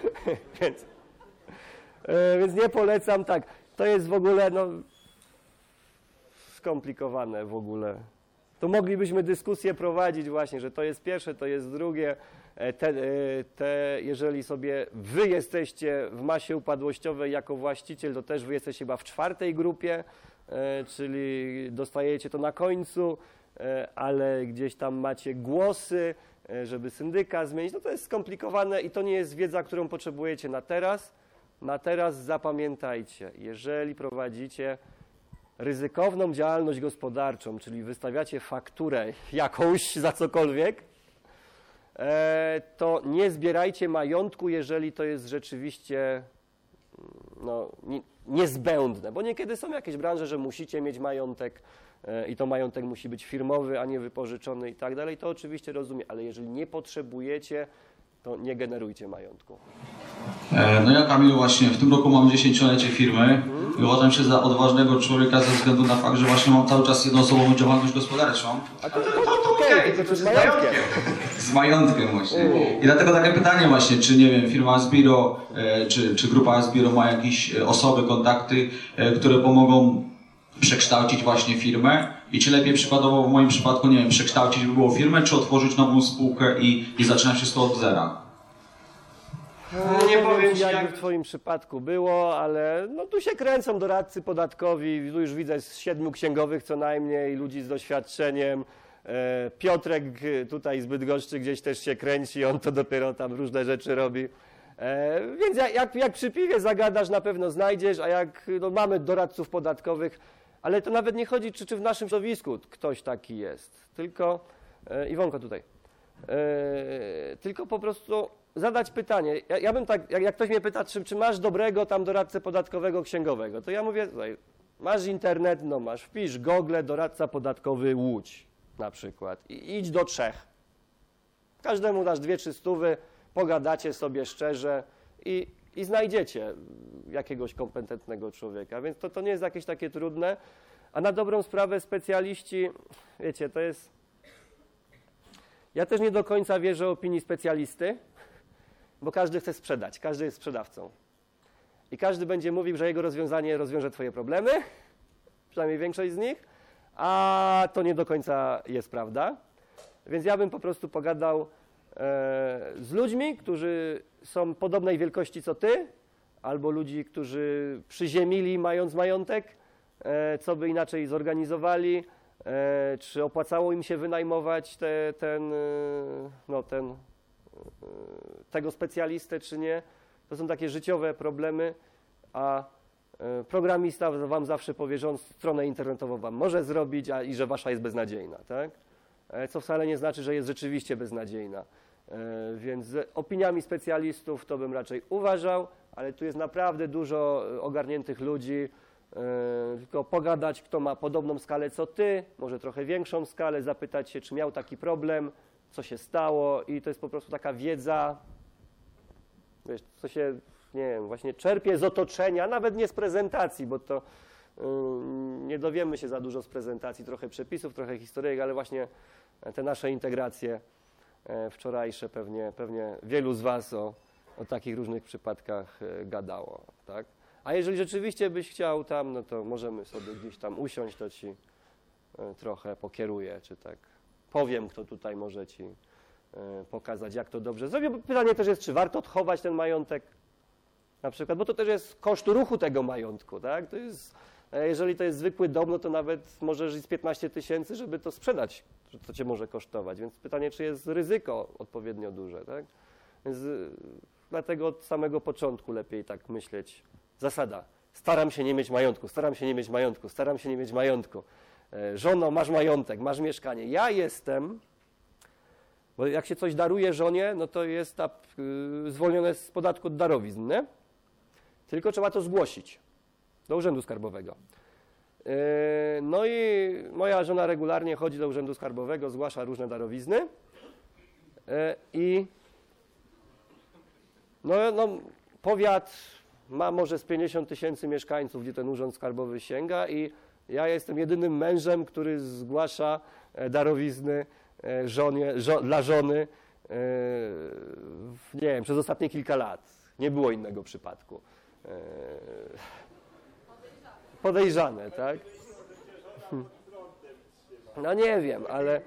Więc nie polecam, tak. To jest w ogóle, no, skomplikowane w ogóle. To moglibyśmy dyskusję prowadzić właśnie, że to jest pierwsze, to jest drugie. Jeżeli sobie wy jesteście w masie upadłościowej jako właściciel, to też wy jesteście chyba w 4. grupie, czyli dostajecie to na końcu, ale gdzieś tam macie głosy, żeby syndyka zmienić. No to jest skomplikowane i to nie jest wiedza, którą potrzebujecie na teraz. Na teraz zapamiętajcie, jeżeli prowadzicie ryzykowną działalność gospodarczą, czyli wystawiacie fakturę jakąś za cokolwiek, to nie zbierajcie majątku, jeżeli to jest rzeczywiście no, niezbędne, bo niekiedy są jakieś branże, że musicie mieć majątek i to majątek musi być firmowy, a nie wypożyczony i tak dalej, to oczywiście rozumiem, ale jeżeli nie potrzebujecie, to nie generujcie majątku. No ja, Kamil, właśnie w tym roku mam 10-lecie firmy i uważam się za odważnego człowieka ze względu na fakt, że właśnie mam cały czas jednoosobową działalność gospodarczą. A to okej, tylko z majątkiem. Z majątkiem właśnie. I dlatego takie pytanie właśnie, czy nie wiem, firma Asbiro, czy grupa Asbiro ma jakieś osoby, kontakty, które pomogą przekształcić właśnie firmę i czy lepiej przykładowo w moim przypadku, nie wiem, przekształcić by było firmę, czy otworzyć nową spółkę i zaczynać wszystko od zera? Nie powiem ci, jakby w twoim przypadku było, ale no tu się kręcą doradcy podatkowi, tu już widzę z 7 księgowych co najmniej, ludzi z doświadczeniem. Piotrek tutaj z Bydgoszczy gdzieś też się kręci, on to dopiero tam różne rzeczy robi. Więc jak przy piwie zagadasz, na pewno znajdziesz, a jak no, mamy doradców podatkowych, ale to nawet nie chodzi, czy w naszym środowisku ktoś taki jest, tylko, Iwonko tutaj, tylko po prostu zadać pytanie. Ja bym tak, jak ktoś mnie pyta, czy masz dobrego tam doradcę podatkowego, księgowego, to ja mówię, słuchaj, masz internet, no masz, wpisz Google, doradca podatkowy Łódź na przykład i idź do 3. Każdemu dasz 2-3 stówy, pogadacie sobie szczerze i znajdziecie jakiegoś kompetentnego człowieka, więc to nie jest jakieś takie trudne, a na dobrą sprawę specjaliści, wiecie, to jest... Ja też nie do końca wierzę opinii specjalisty, bo każdy chce sprzedać, każdy jest sprzedawcą. I każdy będzie mówił, że jego rozwiązanie rozwiąże twoje problemy, przynajmniej większość z nich, a to nie do końca jest prawda. Więc ja bym po prostu pogadał z ludźmi, którzy są podobnej wielkości co ty, albo ludzi, którzy przyziemili mając majątek, co by inaczej zorganizowali, czy opłacało im się wynajmować tego specjalistę, czy nie. To są takie życiowe problemy, a programista wam zawsze powie, że on stronę internetową wam może zrobić, i że wasza jest beznadziejna, tak? Co wcale nie znaczy, że jest rzeczywiście beznadziejna. Więc z opiniami specjalistów to bym raczej uważał, ale tu jest naprawdę dużo ogarniętych ludzi, tylko pogadać, kto ma podobną skalę co ty, może trochę większą skalę, zapytać się, czy miał taki problem, co się stało i to jest po prostu taka wiedza, wiesz, co się, nie wiem, właśnie czerpie z otoczenia, nawet nie z prezentacji, bo to nie dowiemy się za dużo z prezentacji, trochę przepisów, trochę historyjek, ale właśnie te nasze integracje wczorajsze pewnie wielu z Was o takich różnych przypadkach gadało, tak? A jeżeli rzeczywiście byś chciał tam, no to możemy sobie gdzieś tam usiąść, to Ci trochę pokieruję, czy tak powiem, kto tutaj może Ci pokazać, jak to dobrze zrobić. Bo pytanie też jest, czy warto odchować ten majątek na przykład, bo to też jest koszt ruchu tego majątku, tak? To jest, jeżeli to jest zwykły dom, no to nawet możesz i z 15 000, żeby to sprzedać, to Cię może kosztować. Więc pytanie, czy jest ryzyko odpowiednio duże, tak? Więc dlatego od samego początku lepiej tak myśleć. Zasada. Staram się nie mieć majątku, staram się nie mieć majątku, staram się nie mieć majątku. Żono, masz majątek, masz mieszkanie. Ja jestem, bo jak się coś daruje żonie, no to jest zwolnione z podatku od darowizn, nie? Tylko trzeba to zgłosić do Urzędu Skarbowego. No i moja żona regularnie chodzi do Urzędu Skarbowego, zgłasza różne darowizny i no, powiat ma może z 50 000 mieszkańców, gdzie ten Urząd Skarbowy sięga i ja jestem jedynym mężem, który zgłasza darowizny dla żony, nie wiem, przez ostatnie kilka lat. Nie było innego przypadku. Podejrzane, tak? No nie wiem, ale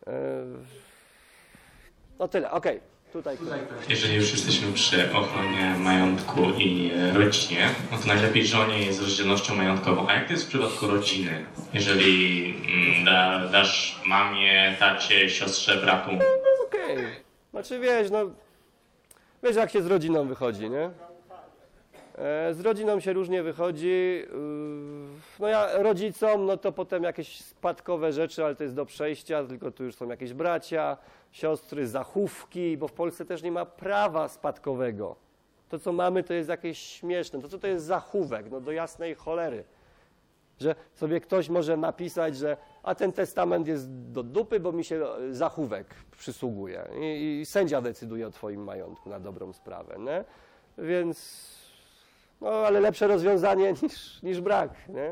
no tyle, okej. Tutaj. Jeżeli już jesteśmy przy ochronie majątku i rodzinie, no to najlepiej żonie jest z rozdzielnością majątkową. A jak to jest w przypadku rodziny? Jeżeli dasz mamie, tacie, siostrze, bratu? Okej. Znaczy wiesz jak się z rodziną wychodzi, nie? Z rodziną się różnie wychodzi. No ja rodzicom, no to potem jakieś spadkowe rzeczy, ale to jest do przejścia, tylko tu już są jakieś bracia, siostry, zachówki, bo w Polsce też nie ma prawa spadkowego. To, co mamy, to jest jakieś śmieszne. To, co to jest zachówek? No do jasnej cholery. Że sobie ktoś może napisać, że a ten testament jest do dupy, bo mi się zachówek przysługuje. I sędzia decyduje o twoim majątku na dobrą sprawę, nie? Więc, no ale lepsze rozwiązanie niż brak, nie?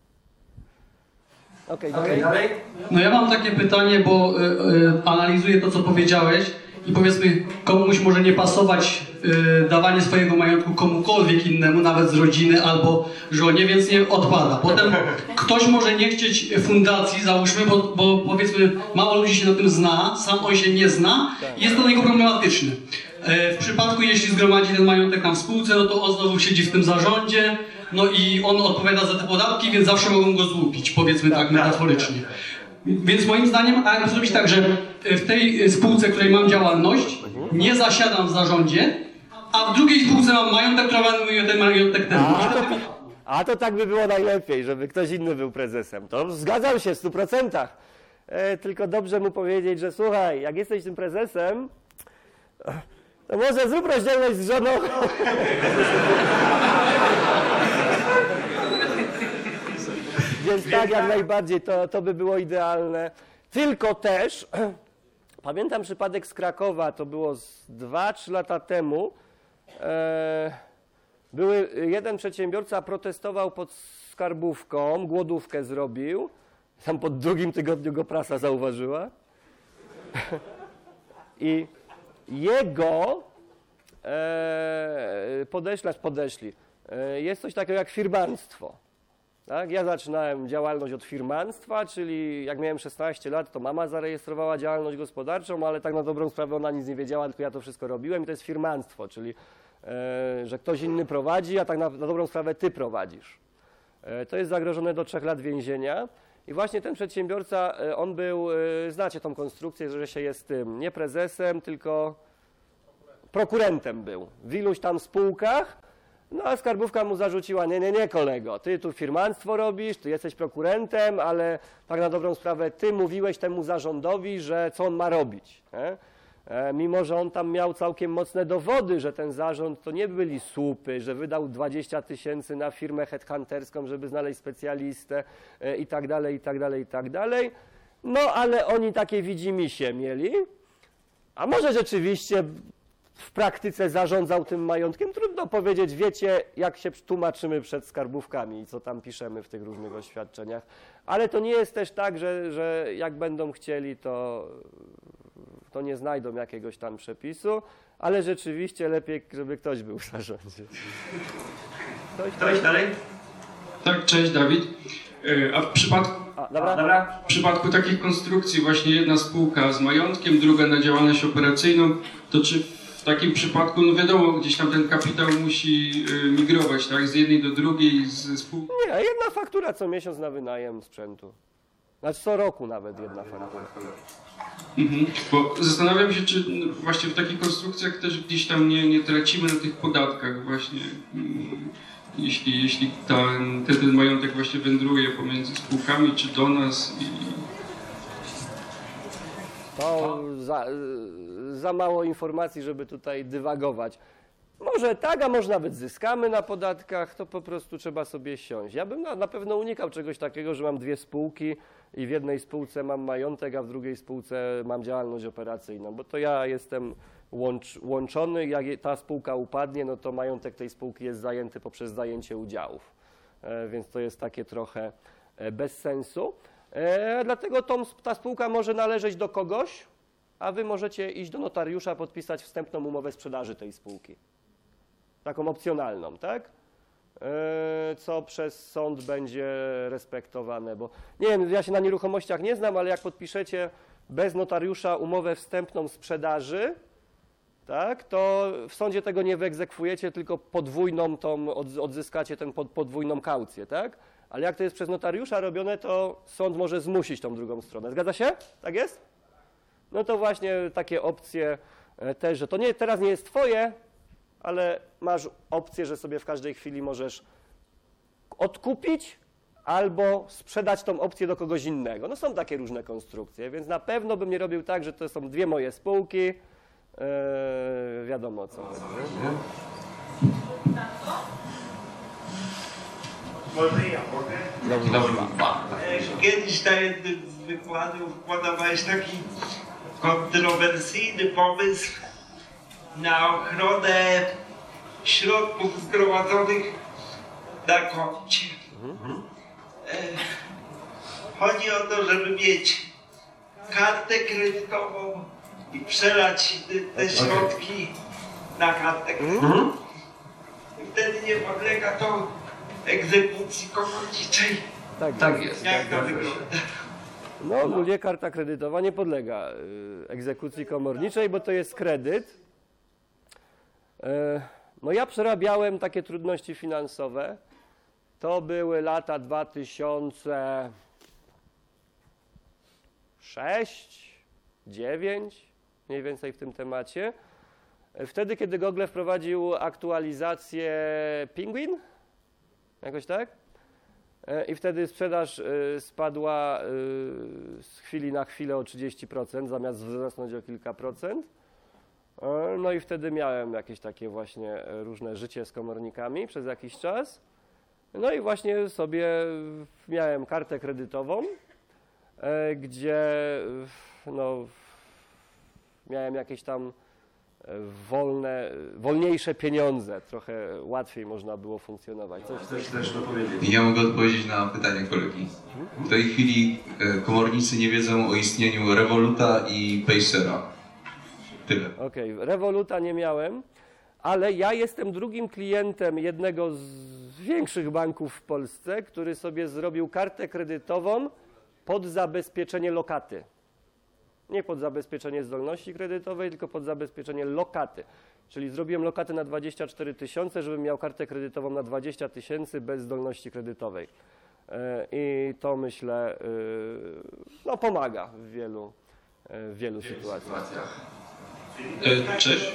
Okej, dalej. No ja mam takie pytanie, bo analizuję to, co powiedziałeś i powiedzmy komuś może nie pasować dawanie swojego majątku komukolwiek innemu, nawet z rodziny albo żonie, więc nie odpada. Potem ktoś może nie chcieć fundacji, załóżmy, bo powiedzmy mało ludzi się na tym zna, sam on się nie zna i jest to dla niego problematyczny. W przypadku, jeśli zgromadzi ten majątek tam w spółce, no to on znowu siedzi w tym zarządzie, no i on odpowiada za te podatki, więc zawsze mogą go złupić, powiedzmy tak metaforycznie. Więc moim zdaniem, a jak zrobić tak, że w tej spółce, w której mam działalność, nie zasiadam w zarządzie, a w drugiej spółce mam majątek, która ma ten majątek też. A to tak by było najlepiej, żeby ktoś inny był prezesem. To zgadzam się w 100%. Tylko dobrze mu powiedzieć, że słuchaj, jak jesteś tym prezesem, to może zrób rozdzielność z żoną. Więc tak, jak najbardziej, to by było idealne. Tylko też, pamiętam przypadek z Krakowa, to było 2-3 lata temu, jeden przedsiębiorca protestował pod skarbówką, głodówkę zrobił, tam po drugim tygodniu go prasa zauważyła i jego podeszli. Jest coś takiego jak firmanstwo. Tak? Ja zaczynałem działalność od firmanstwa, czyli jak miałem 16 lat, to mama zarejestrowała działalność gospodarczą, ale tak na dobrą sprawę ona nic nie wiedziała, tylko ja to wszystko robiłem i to jest firmanstwo, czyli że ktoś inny prowadzi, a tak na dobrą sprawę ty prowadzisz. To jest zagrożone do 3 lat więzienia i właśnie ten przedsiębiorca, on był, znacie tą konstrukcję, że się jest tym nie prezesem, tylko prokurentem był w iluś tam spółkach. No a skarbówka mu zarzuciła, nie kolego, ty tu firmanstwo robisz, ty jesteś prokurentem, ale tak na dobrą sprawę ty mówiłeś temu zarządowi, że co on ma robić. Nie? Mimo że on tam miał całkiem mocne dowody, że ten zarząd to nie byli słupy, że wydał 20 000 na firmę headhunterską, żeby znaleźć specjalistę i tak dalej, i tak dalej, i tak dalej. No ale oni takie widzimisię mieli, a może rzeczywiście w praktyce zarządzał tym majątkiem? Trudno powiedzieć, wiecie, jak się tłumaczymy przed skarbówkami i co tam piszemy w tych różnych oświadczeniach. Ale to nie jest też tak, że jak będą chcieli, to nie znajdą jakiegoś tam przepisu, ale rzeczywiście lepiej, żeby ktoś był w zarządzie. Ktoś dalej? Tak, cześć Dawid. A w przypadku takich konstrukcji właśnie jedna spółka z majątkiem, druga na działalność operacyjną, to czy w takim przypadku, no wiadomo, gdzieś tam ten kapitał musi migrować, tak, z jednej do drugiej, z spółki? Nie, jedna faktura co miesiąc na wynajem sprzętu. Znaczy co roku nawet jedna faktura. Bo zastanawiam się, czy właśnie w takich konstrukcjach też gdzieś tam nie tracimy na tych podatkach właśnie, jeśli ten majątek właśnie wędruje pomiędzy spółkami, czy do nas i... To za mało informacji, żeby tutaj dywagować. Może tak, a może nawet zyskamy na podatkach, to po prostu trzeba sobie siąść. Ja bym na pewno unikał czegoś takiego, że mam dwie spółki i w jednej spółce mam majątek, a w drugiej spółce mam działalność operacyjną, bo to ja jestem łączony, jak ta spółka upadnie, no to majątek tej spółki jest zajęty poprzez zajęcie udziałów, więc to jest takie trochę bez sensu. Dlatego ta spółka może należeć do kogoś, a wy możecie iść do notariusza, podpisać wstępną umowę sprzedaży tej spółki. Taką opcjonalną, tak? Co przez sąd będzie respektowane, bo nie wiem, ja się na nieruchomościach nie znam, ale jak podpiszecie bez notariusza umowę wstępną sprzedaży, tak, to w sądzie tego nie wyegzekwujecie, tylko podwójną odzyskacie podwójną kaucję, tak? Ale jak to jest przez notariusza robione, to sąd może zmusić tą drugą stronę. Zgadza się? Tak jest? No to właśnie takie opcje też, że to teraz nie jest twoje, ale masz opcję, że sobie w każdej chwili możesz odkupić albo sprzedać tą opcję do kogoś innego. No są takie różne konstrukcje, więc na pewno bym nie robił tak, że to są dwie moje spółki. Wiadomo co. Może ja mogę? Kiedyś na jednym z wykładów podawałeś taki kontrowersyjny pomysł na ochronę środków zgromadzonych na koncie. Chodzi o to, żeby mieć kartę kredytową i przelać te środki na kartę kredytową. I wtedy nie podlega to egzekucji komorniczej. Tak jest. Jak to wygląda? No ogólnie karta kredytowa nie podlega egzekucji komorniczej, bo to jest kredyt. No ja przerabiałem takie trudności finansowe. To były lata 2006, 2009, mniej więcej w tym temacie. Wtedy, kiedy Google wprowadził aktualizację Penguin, jakoś tak? I wtedy sprzedaż spadła z chwili na chwilę o 30%, zamiast wzrosnąć o kilka procent. No i wtedy miałem jakieś takie właśnie różne życie z komornikami przez jakiś czas. No i właśnie sobie miałem kartę kredytową, gdzie no, miałem jakieś tam wolniejsze pieniądze, trochę łatwiej można było funkcjonować. Coś też dopowiedzieć. Ja mogę odpowiedzieć na pytanie kolegi. W tej chwili komornicy nie wiedzą o istnieniu Revoluta i Pacera. Tyle. Okej, Revoluta nie miałem, ale ja jestem drugim klientem jednego z większych banków w Polsce, który sobie zrobił kartę kredytową pod zabezpieczenie lokaty. Nie pod zabezpieczenie zdolności kredytowej, tylko pod zabezpieczenie lokaty. Czyli zrobiłem lokatę na 24 000, żebym miał kartę kredytową na 20 000 bez zdolności kredytowej. I to myślę, no pomaga w wielu sytuacjach. Cześć.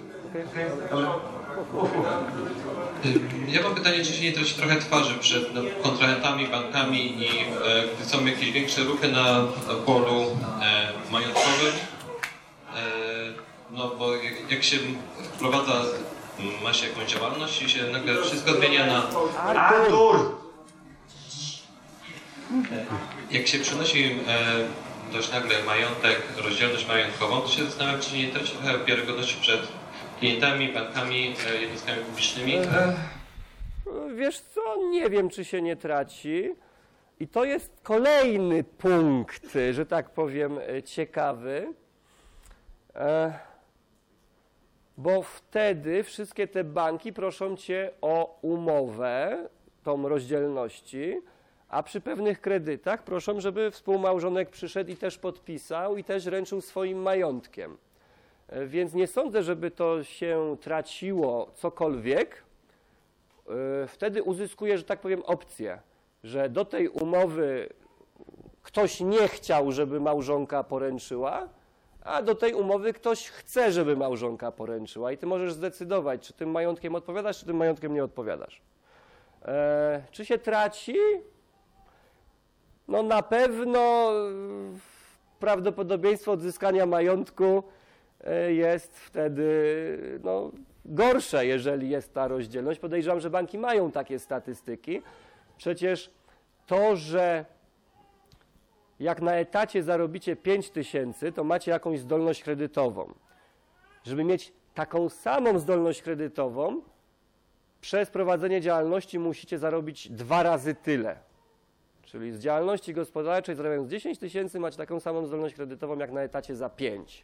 Ja mam pytanie, czy się nie traci trochę twarzy przed kontrahentami, bankami i gdy są jakieś większe ruchy na polu majątkowym, no bo jak się wprowadza, ma się jakąś działalność i się nagle wszystko zmienia na... Artur! Jak się przenosi dość nagle majątek, rozdzielność majątkową, to się zastanawiam, czy nie traci trochę wiarygodności przed klientami, bankami, jednostkami publicznymi? Wiesz co, nie wiem, czy się nie traci. I to jest kolejny punkt, że tak powiem, ciekawy, bo wtedy wszystkie te banki proszą cię o umowę, tą rozdzielności, a przy pewnych kredytach proszą, żeby współmałżonek przyszedł i też podpisał i też ręczył swoim majątkiem. Więc nie sądzę, żeby to się traciło cokolwiek. Wtedy uzyskuje, że tak powiem, opcję, że do tej umowy ktoś nie chciał, żeby małżonka poręczyła, a do tej umowy ktoś chce, żeby małżonka poręczyła i ty możesz zdecydować, czy tym majątkiem odpowiadasz, czy tym majątkiem nie odpowiadasz. Czy się traci? No na pewno prawdopodobieństwo odzyskania majątku jest wtedy no, gorsze, jeżeli jest ta rozdzielność. Podejrzewam, że banki mają takie statystyki. Przecież to, że jak na etacie zarobicie 5 000, to macie jakąś zdolność kredytową. Żeby mieć taką samą zdolność kredytową, przez prowadzenie działalności musicie zarobić 2 razy tyle. Czyli z działalności gospodarczej zarabiając 10 000 macie taką samą zdolność kredytową jak na etacie za 5.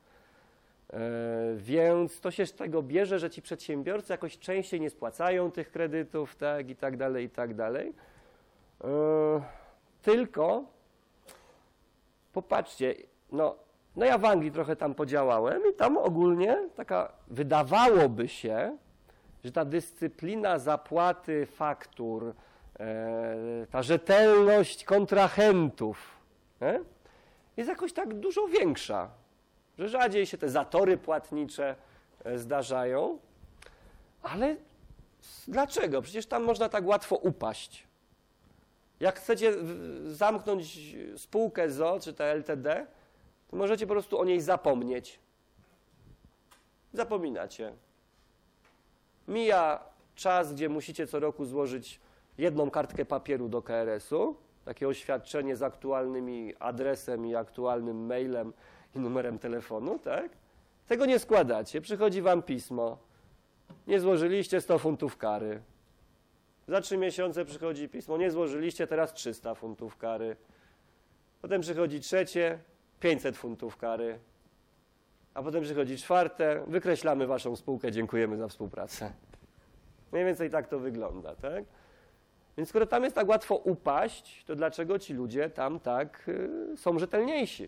Więc to się z tego bierze, że ci przedsiębiorcy jakoś częściej nie spłacają tych kredytów, tak, i tak dalej, i tak dalej. Tylko, popatrzcie, no ja w Anglii trochę tam podziałałem i tam ogólnie taka, wydawałoby się, że ta dyscyplina zapłaty faktur, ta rzetelność kontrahentów jest jakoś tak dużo większa, że rzadziej się te zatory płatnicze zdarzają, ale dlaczego? Przecież tam można tak łatwo upaść. Jak chcecie zamknąć spółkę ZO czy te LTD, to możecie po prostu o niej zapomnieć. Zapominacie. Mija czas, gdzie musicie co roku złożyć jedną kartkę papieru do KRS-u, takie oświadczenie z aktualnym adresem i aktualnym mailem i numerem telefonu, tak? Tego nie składacie. Przychodzi wam pismo. Nie złożyliście, 100 funtów kary. Za 3 miesiące przychodzi pismo. Nie złożyliście, teraz 300 funtów kary. Potem przychodzi trzecie, 500 funtów kary. A potem przychodzi czwarte, wykreślamy waszą spółkę, dziękujemy za współpracę. Mniej więcej tak to wygląda, tak? Więc skoro tam jest tak łatwo upaść, to dlaczego ci ludzie tam tak są rzetelniejsi?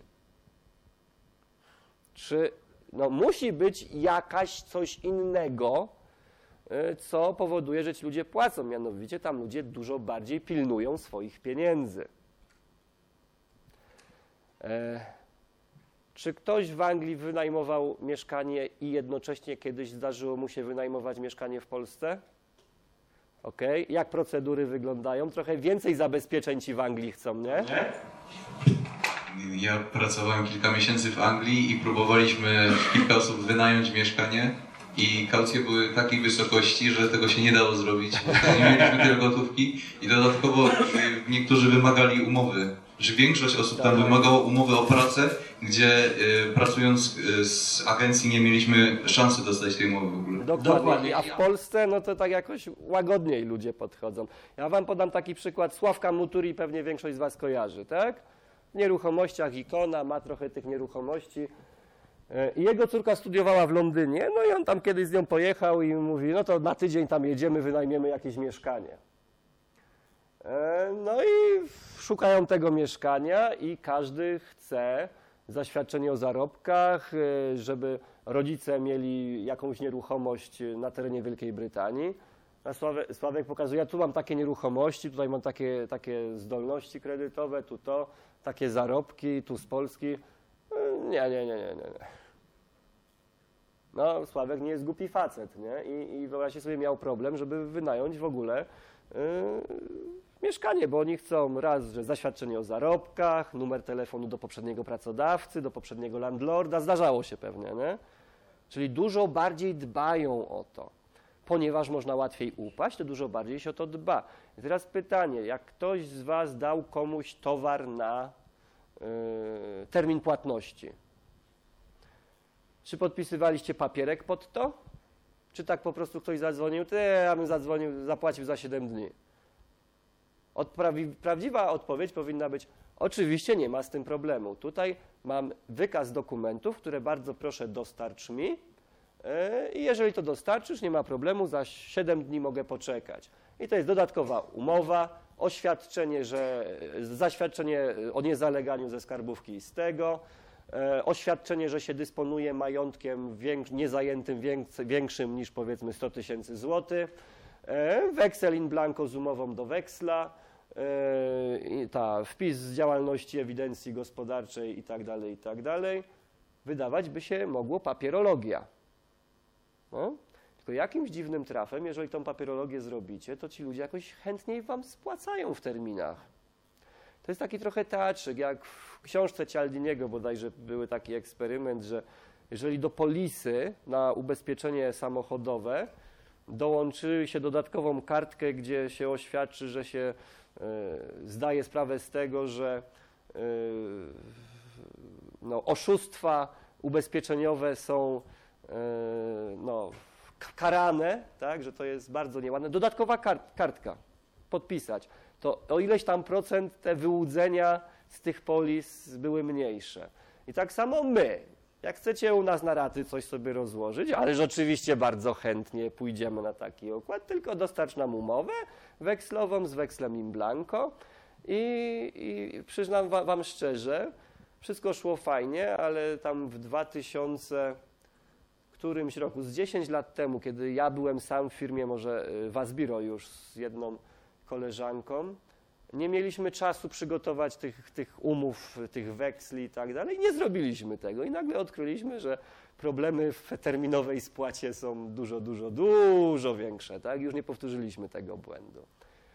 Czy musi być jakaś coś innego, co powoduje, że ci ludzie płacą? Mianowicie tam ludzie dużo bardziej pilnują swoich pieniędzy. Czy ktoś w Anglii wynajmował mieszkanie i jednocześnie kiedyś zdarzyło mu się wynajmować mieszkanie w Polsce? Okej. Jak procedury wyglądają? Trochę więcej zabezpieczeń ci w Anglii chcą, nie? Ja pracowałem kilka miesięcy w Anglii i próbowaliśmy kilka osób wynająć mieszkanie i kaucje były takiej wysokości, że tego się nie dało zrobić. Nie mieliśmy tyle gotówki i dodatkowo niektórzy wymagali umowy. Że większość osób tam wymagało umowy o pracę, gdzie pracując z agencji nie mieliśmy szansy dostać tej umowy w ogóle. Dokładnie. A w Polsce no to tak jakoś łagodniej ludzie podchodzą. Ja wam podam taki przykład. Sławka Muturi pewnie większość z was kojarzy, tak? W nieruchomościach ikona, ma trochę tych nieruchomości. I jego córka studiowała w Londynie, no i on tam kiedyś z nią pojechał i mówi, no to na tydzień tam jedziemy, wynajmiemy jakieś mieszkanie. No i szukają tego mieszkania i każdy chce zaświadczenie o zarobkach, żeby rodzice mieli jakąś nieruchomość na terenie Wielkiej Brytanii. A Sławek pokazuje, ja tu mam takie nieruchomości, tutaj mam takie zdolności kredytowe, tu to, takie zarobki, tu z Polski. Nie. No, Sławek nie jest głupi facet, nie? I wyobraźcie sobie, miał problem, żeby wynająć w ogóle mieszkanie, bo oni chcą raz, że zaświadczenie o zarobkach, numer telefonu do poprzedniego pracodawcy, do poprzedniego landlorda, zdarzało się pewnie, nie? Czyli dużo bardziej dbają o to. Ponieważ można łatwiej upaść, to dużo bardziej się o to dba. I teraz pytanie, jak ktoś z was dał komuś towar na termin płatności, Czy podpisywaliście papierek pod to? Czy tak po prostu ktoś zadzwonił? Ja bym zadzwonił, zapłacił za 7 dni. Prawdziwa odpowiedź powinna być: oczywiście nie ma z tym problemu. Tutaj mam wykaz dokumentów, które bardzo proszę dostarcz mi i jeżeli to dostarczysz, nie ma problemu, za 7 dni mogę poczekać. I to jest dodatkowa umowa, zaświadczenie o niezaleganiu ze skarbówki i z tego, oświadczenie, że się dysponuje majątkiem niezajętym większym niż powiedzmy 100 000 złotych, weksel in blanco z umową do weksla, wpis z działalności ewidencji gospodarczej i tak dalej. Wydawać by się mogło papierologia. No? Tylko jakimś dziwnym trafem, jeżeli tą papierologię zrobicie, to ci ludzie jakoś chętniej wam spłacają w terminach. To jest taki trochę teatrzyk, jak w książce Cialdiniego bodajże były taki eksperyment, że jeżeli do polisy na ubezpieczenie samochodowe dołączy się dodatkową kartkę, gdzie się oświadczy, że się zdaje sprawę z tego, że oszustwa ubezpieczeniowe są karane, tak, że to jest bardzo nieładne. Dodatkowa kartka, podpisać. To o ileś tam procent te wyłudzenia z tych polis były mniejsze. I tak samo my, jak chcecie u nas na raty coś sobie rozłożyć, ależ oczywiście bardzo chętnie pójdziemy na taki układ, tylko dostarcz nam umowę wekslową z wekslem in blanco i przyznam wam szczerze, wszystko szło fajnie, ale tam w 2000 którymś roku, z 10 lat temu, kiedy ja byłem sam w firmie, może w Asbiro już z jedną koleżanką, nie mieliśmy czasu przygotować tych umów, tych weksli i tak dalej. Nie zrobiliśmy tego i nagle odkryliśmy, że problemy w terminowej spłacie są dużo większe. Tak? Już nie powtórzyliśmy tego błędu.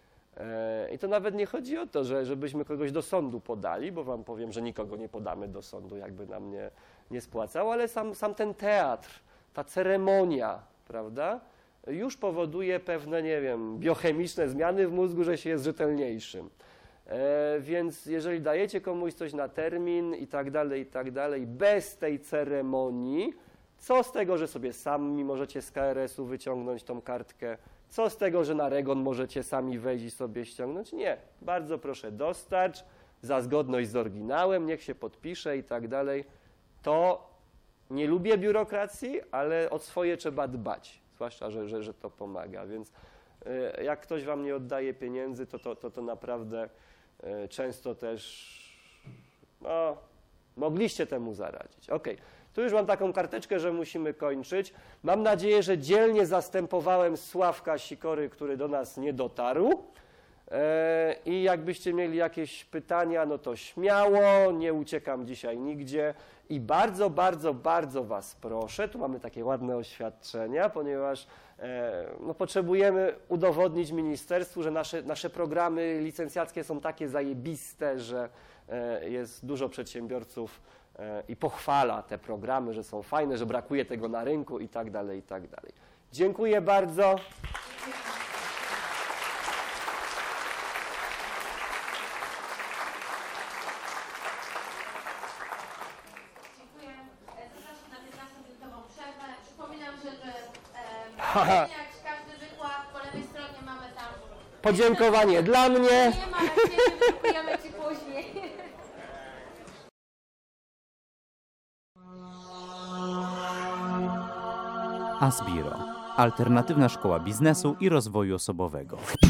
I to nawet nie chodzi o to, żebyśmy kogoś do sądu podali, bo wam powiem, że nikogo nie podamy do sądu, jakby nam nie spłacał, ale sam ten teatr, ta ceremonia, prawda, już powoduje pewne, nie wiem, biochemiczne zmiany w mózgu, że się jest rzetelniejszym. Więc jeżeli dajecie komuś coś na termin i tak dalej, bez tej ceremonii, co z tego, że sobie sami możecie z KRS-u wyciągnąć tą kartkę? Co z tego, że na REGON możecie sami wejść i sobie ściągnąć? Nie. Bardzo proszę dostarcz za zgodność z oryginałem, niech się podpisze i tak dalej. To nie lubię biurokracji, ale o swoje trzeba dbać. Zwłaszcza, że to pomaga. Więc jak ktoś wam nie oddaje pieniędzy, to naprawdę często też mogliście temu zaradzić. Ok. Tu już mam taką karteczkę, że musimy kończyć. Mam nadzieję, że dzielnie zastępowałem Sławka Sikory, który do nas nie dotarł. I jakbyście mieli jakieś pytania, no to śmiało, nie uciekam dzisiaj nigdzie. I bardzo was proszę, tu mamy takie ładne oświadczenia, ponieważ potrzebujemy udowodnić ministerstwu, że nasze programy licencjackie są takie zajebiste, że jest dużo przedsiębiorców i pochwala te programy, że są fajne, że brakuje tego na rynku i tak dalej, i tak dalej. Dziękuję bardzo. Dziękuję. Zapraszam na 15-minutową przerwę. Przypominam, że jak każdy wykład, po lewej stronie mamy tam podziękowanie dla mnie. Nie ma, jak się wydrukujemy ci później. Asbiro. Alternatywna szkoła biznesu i rozwoju osobowego.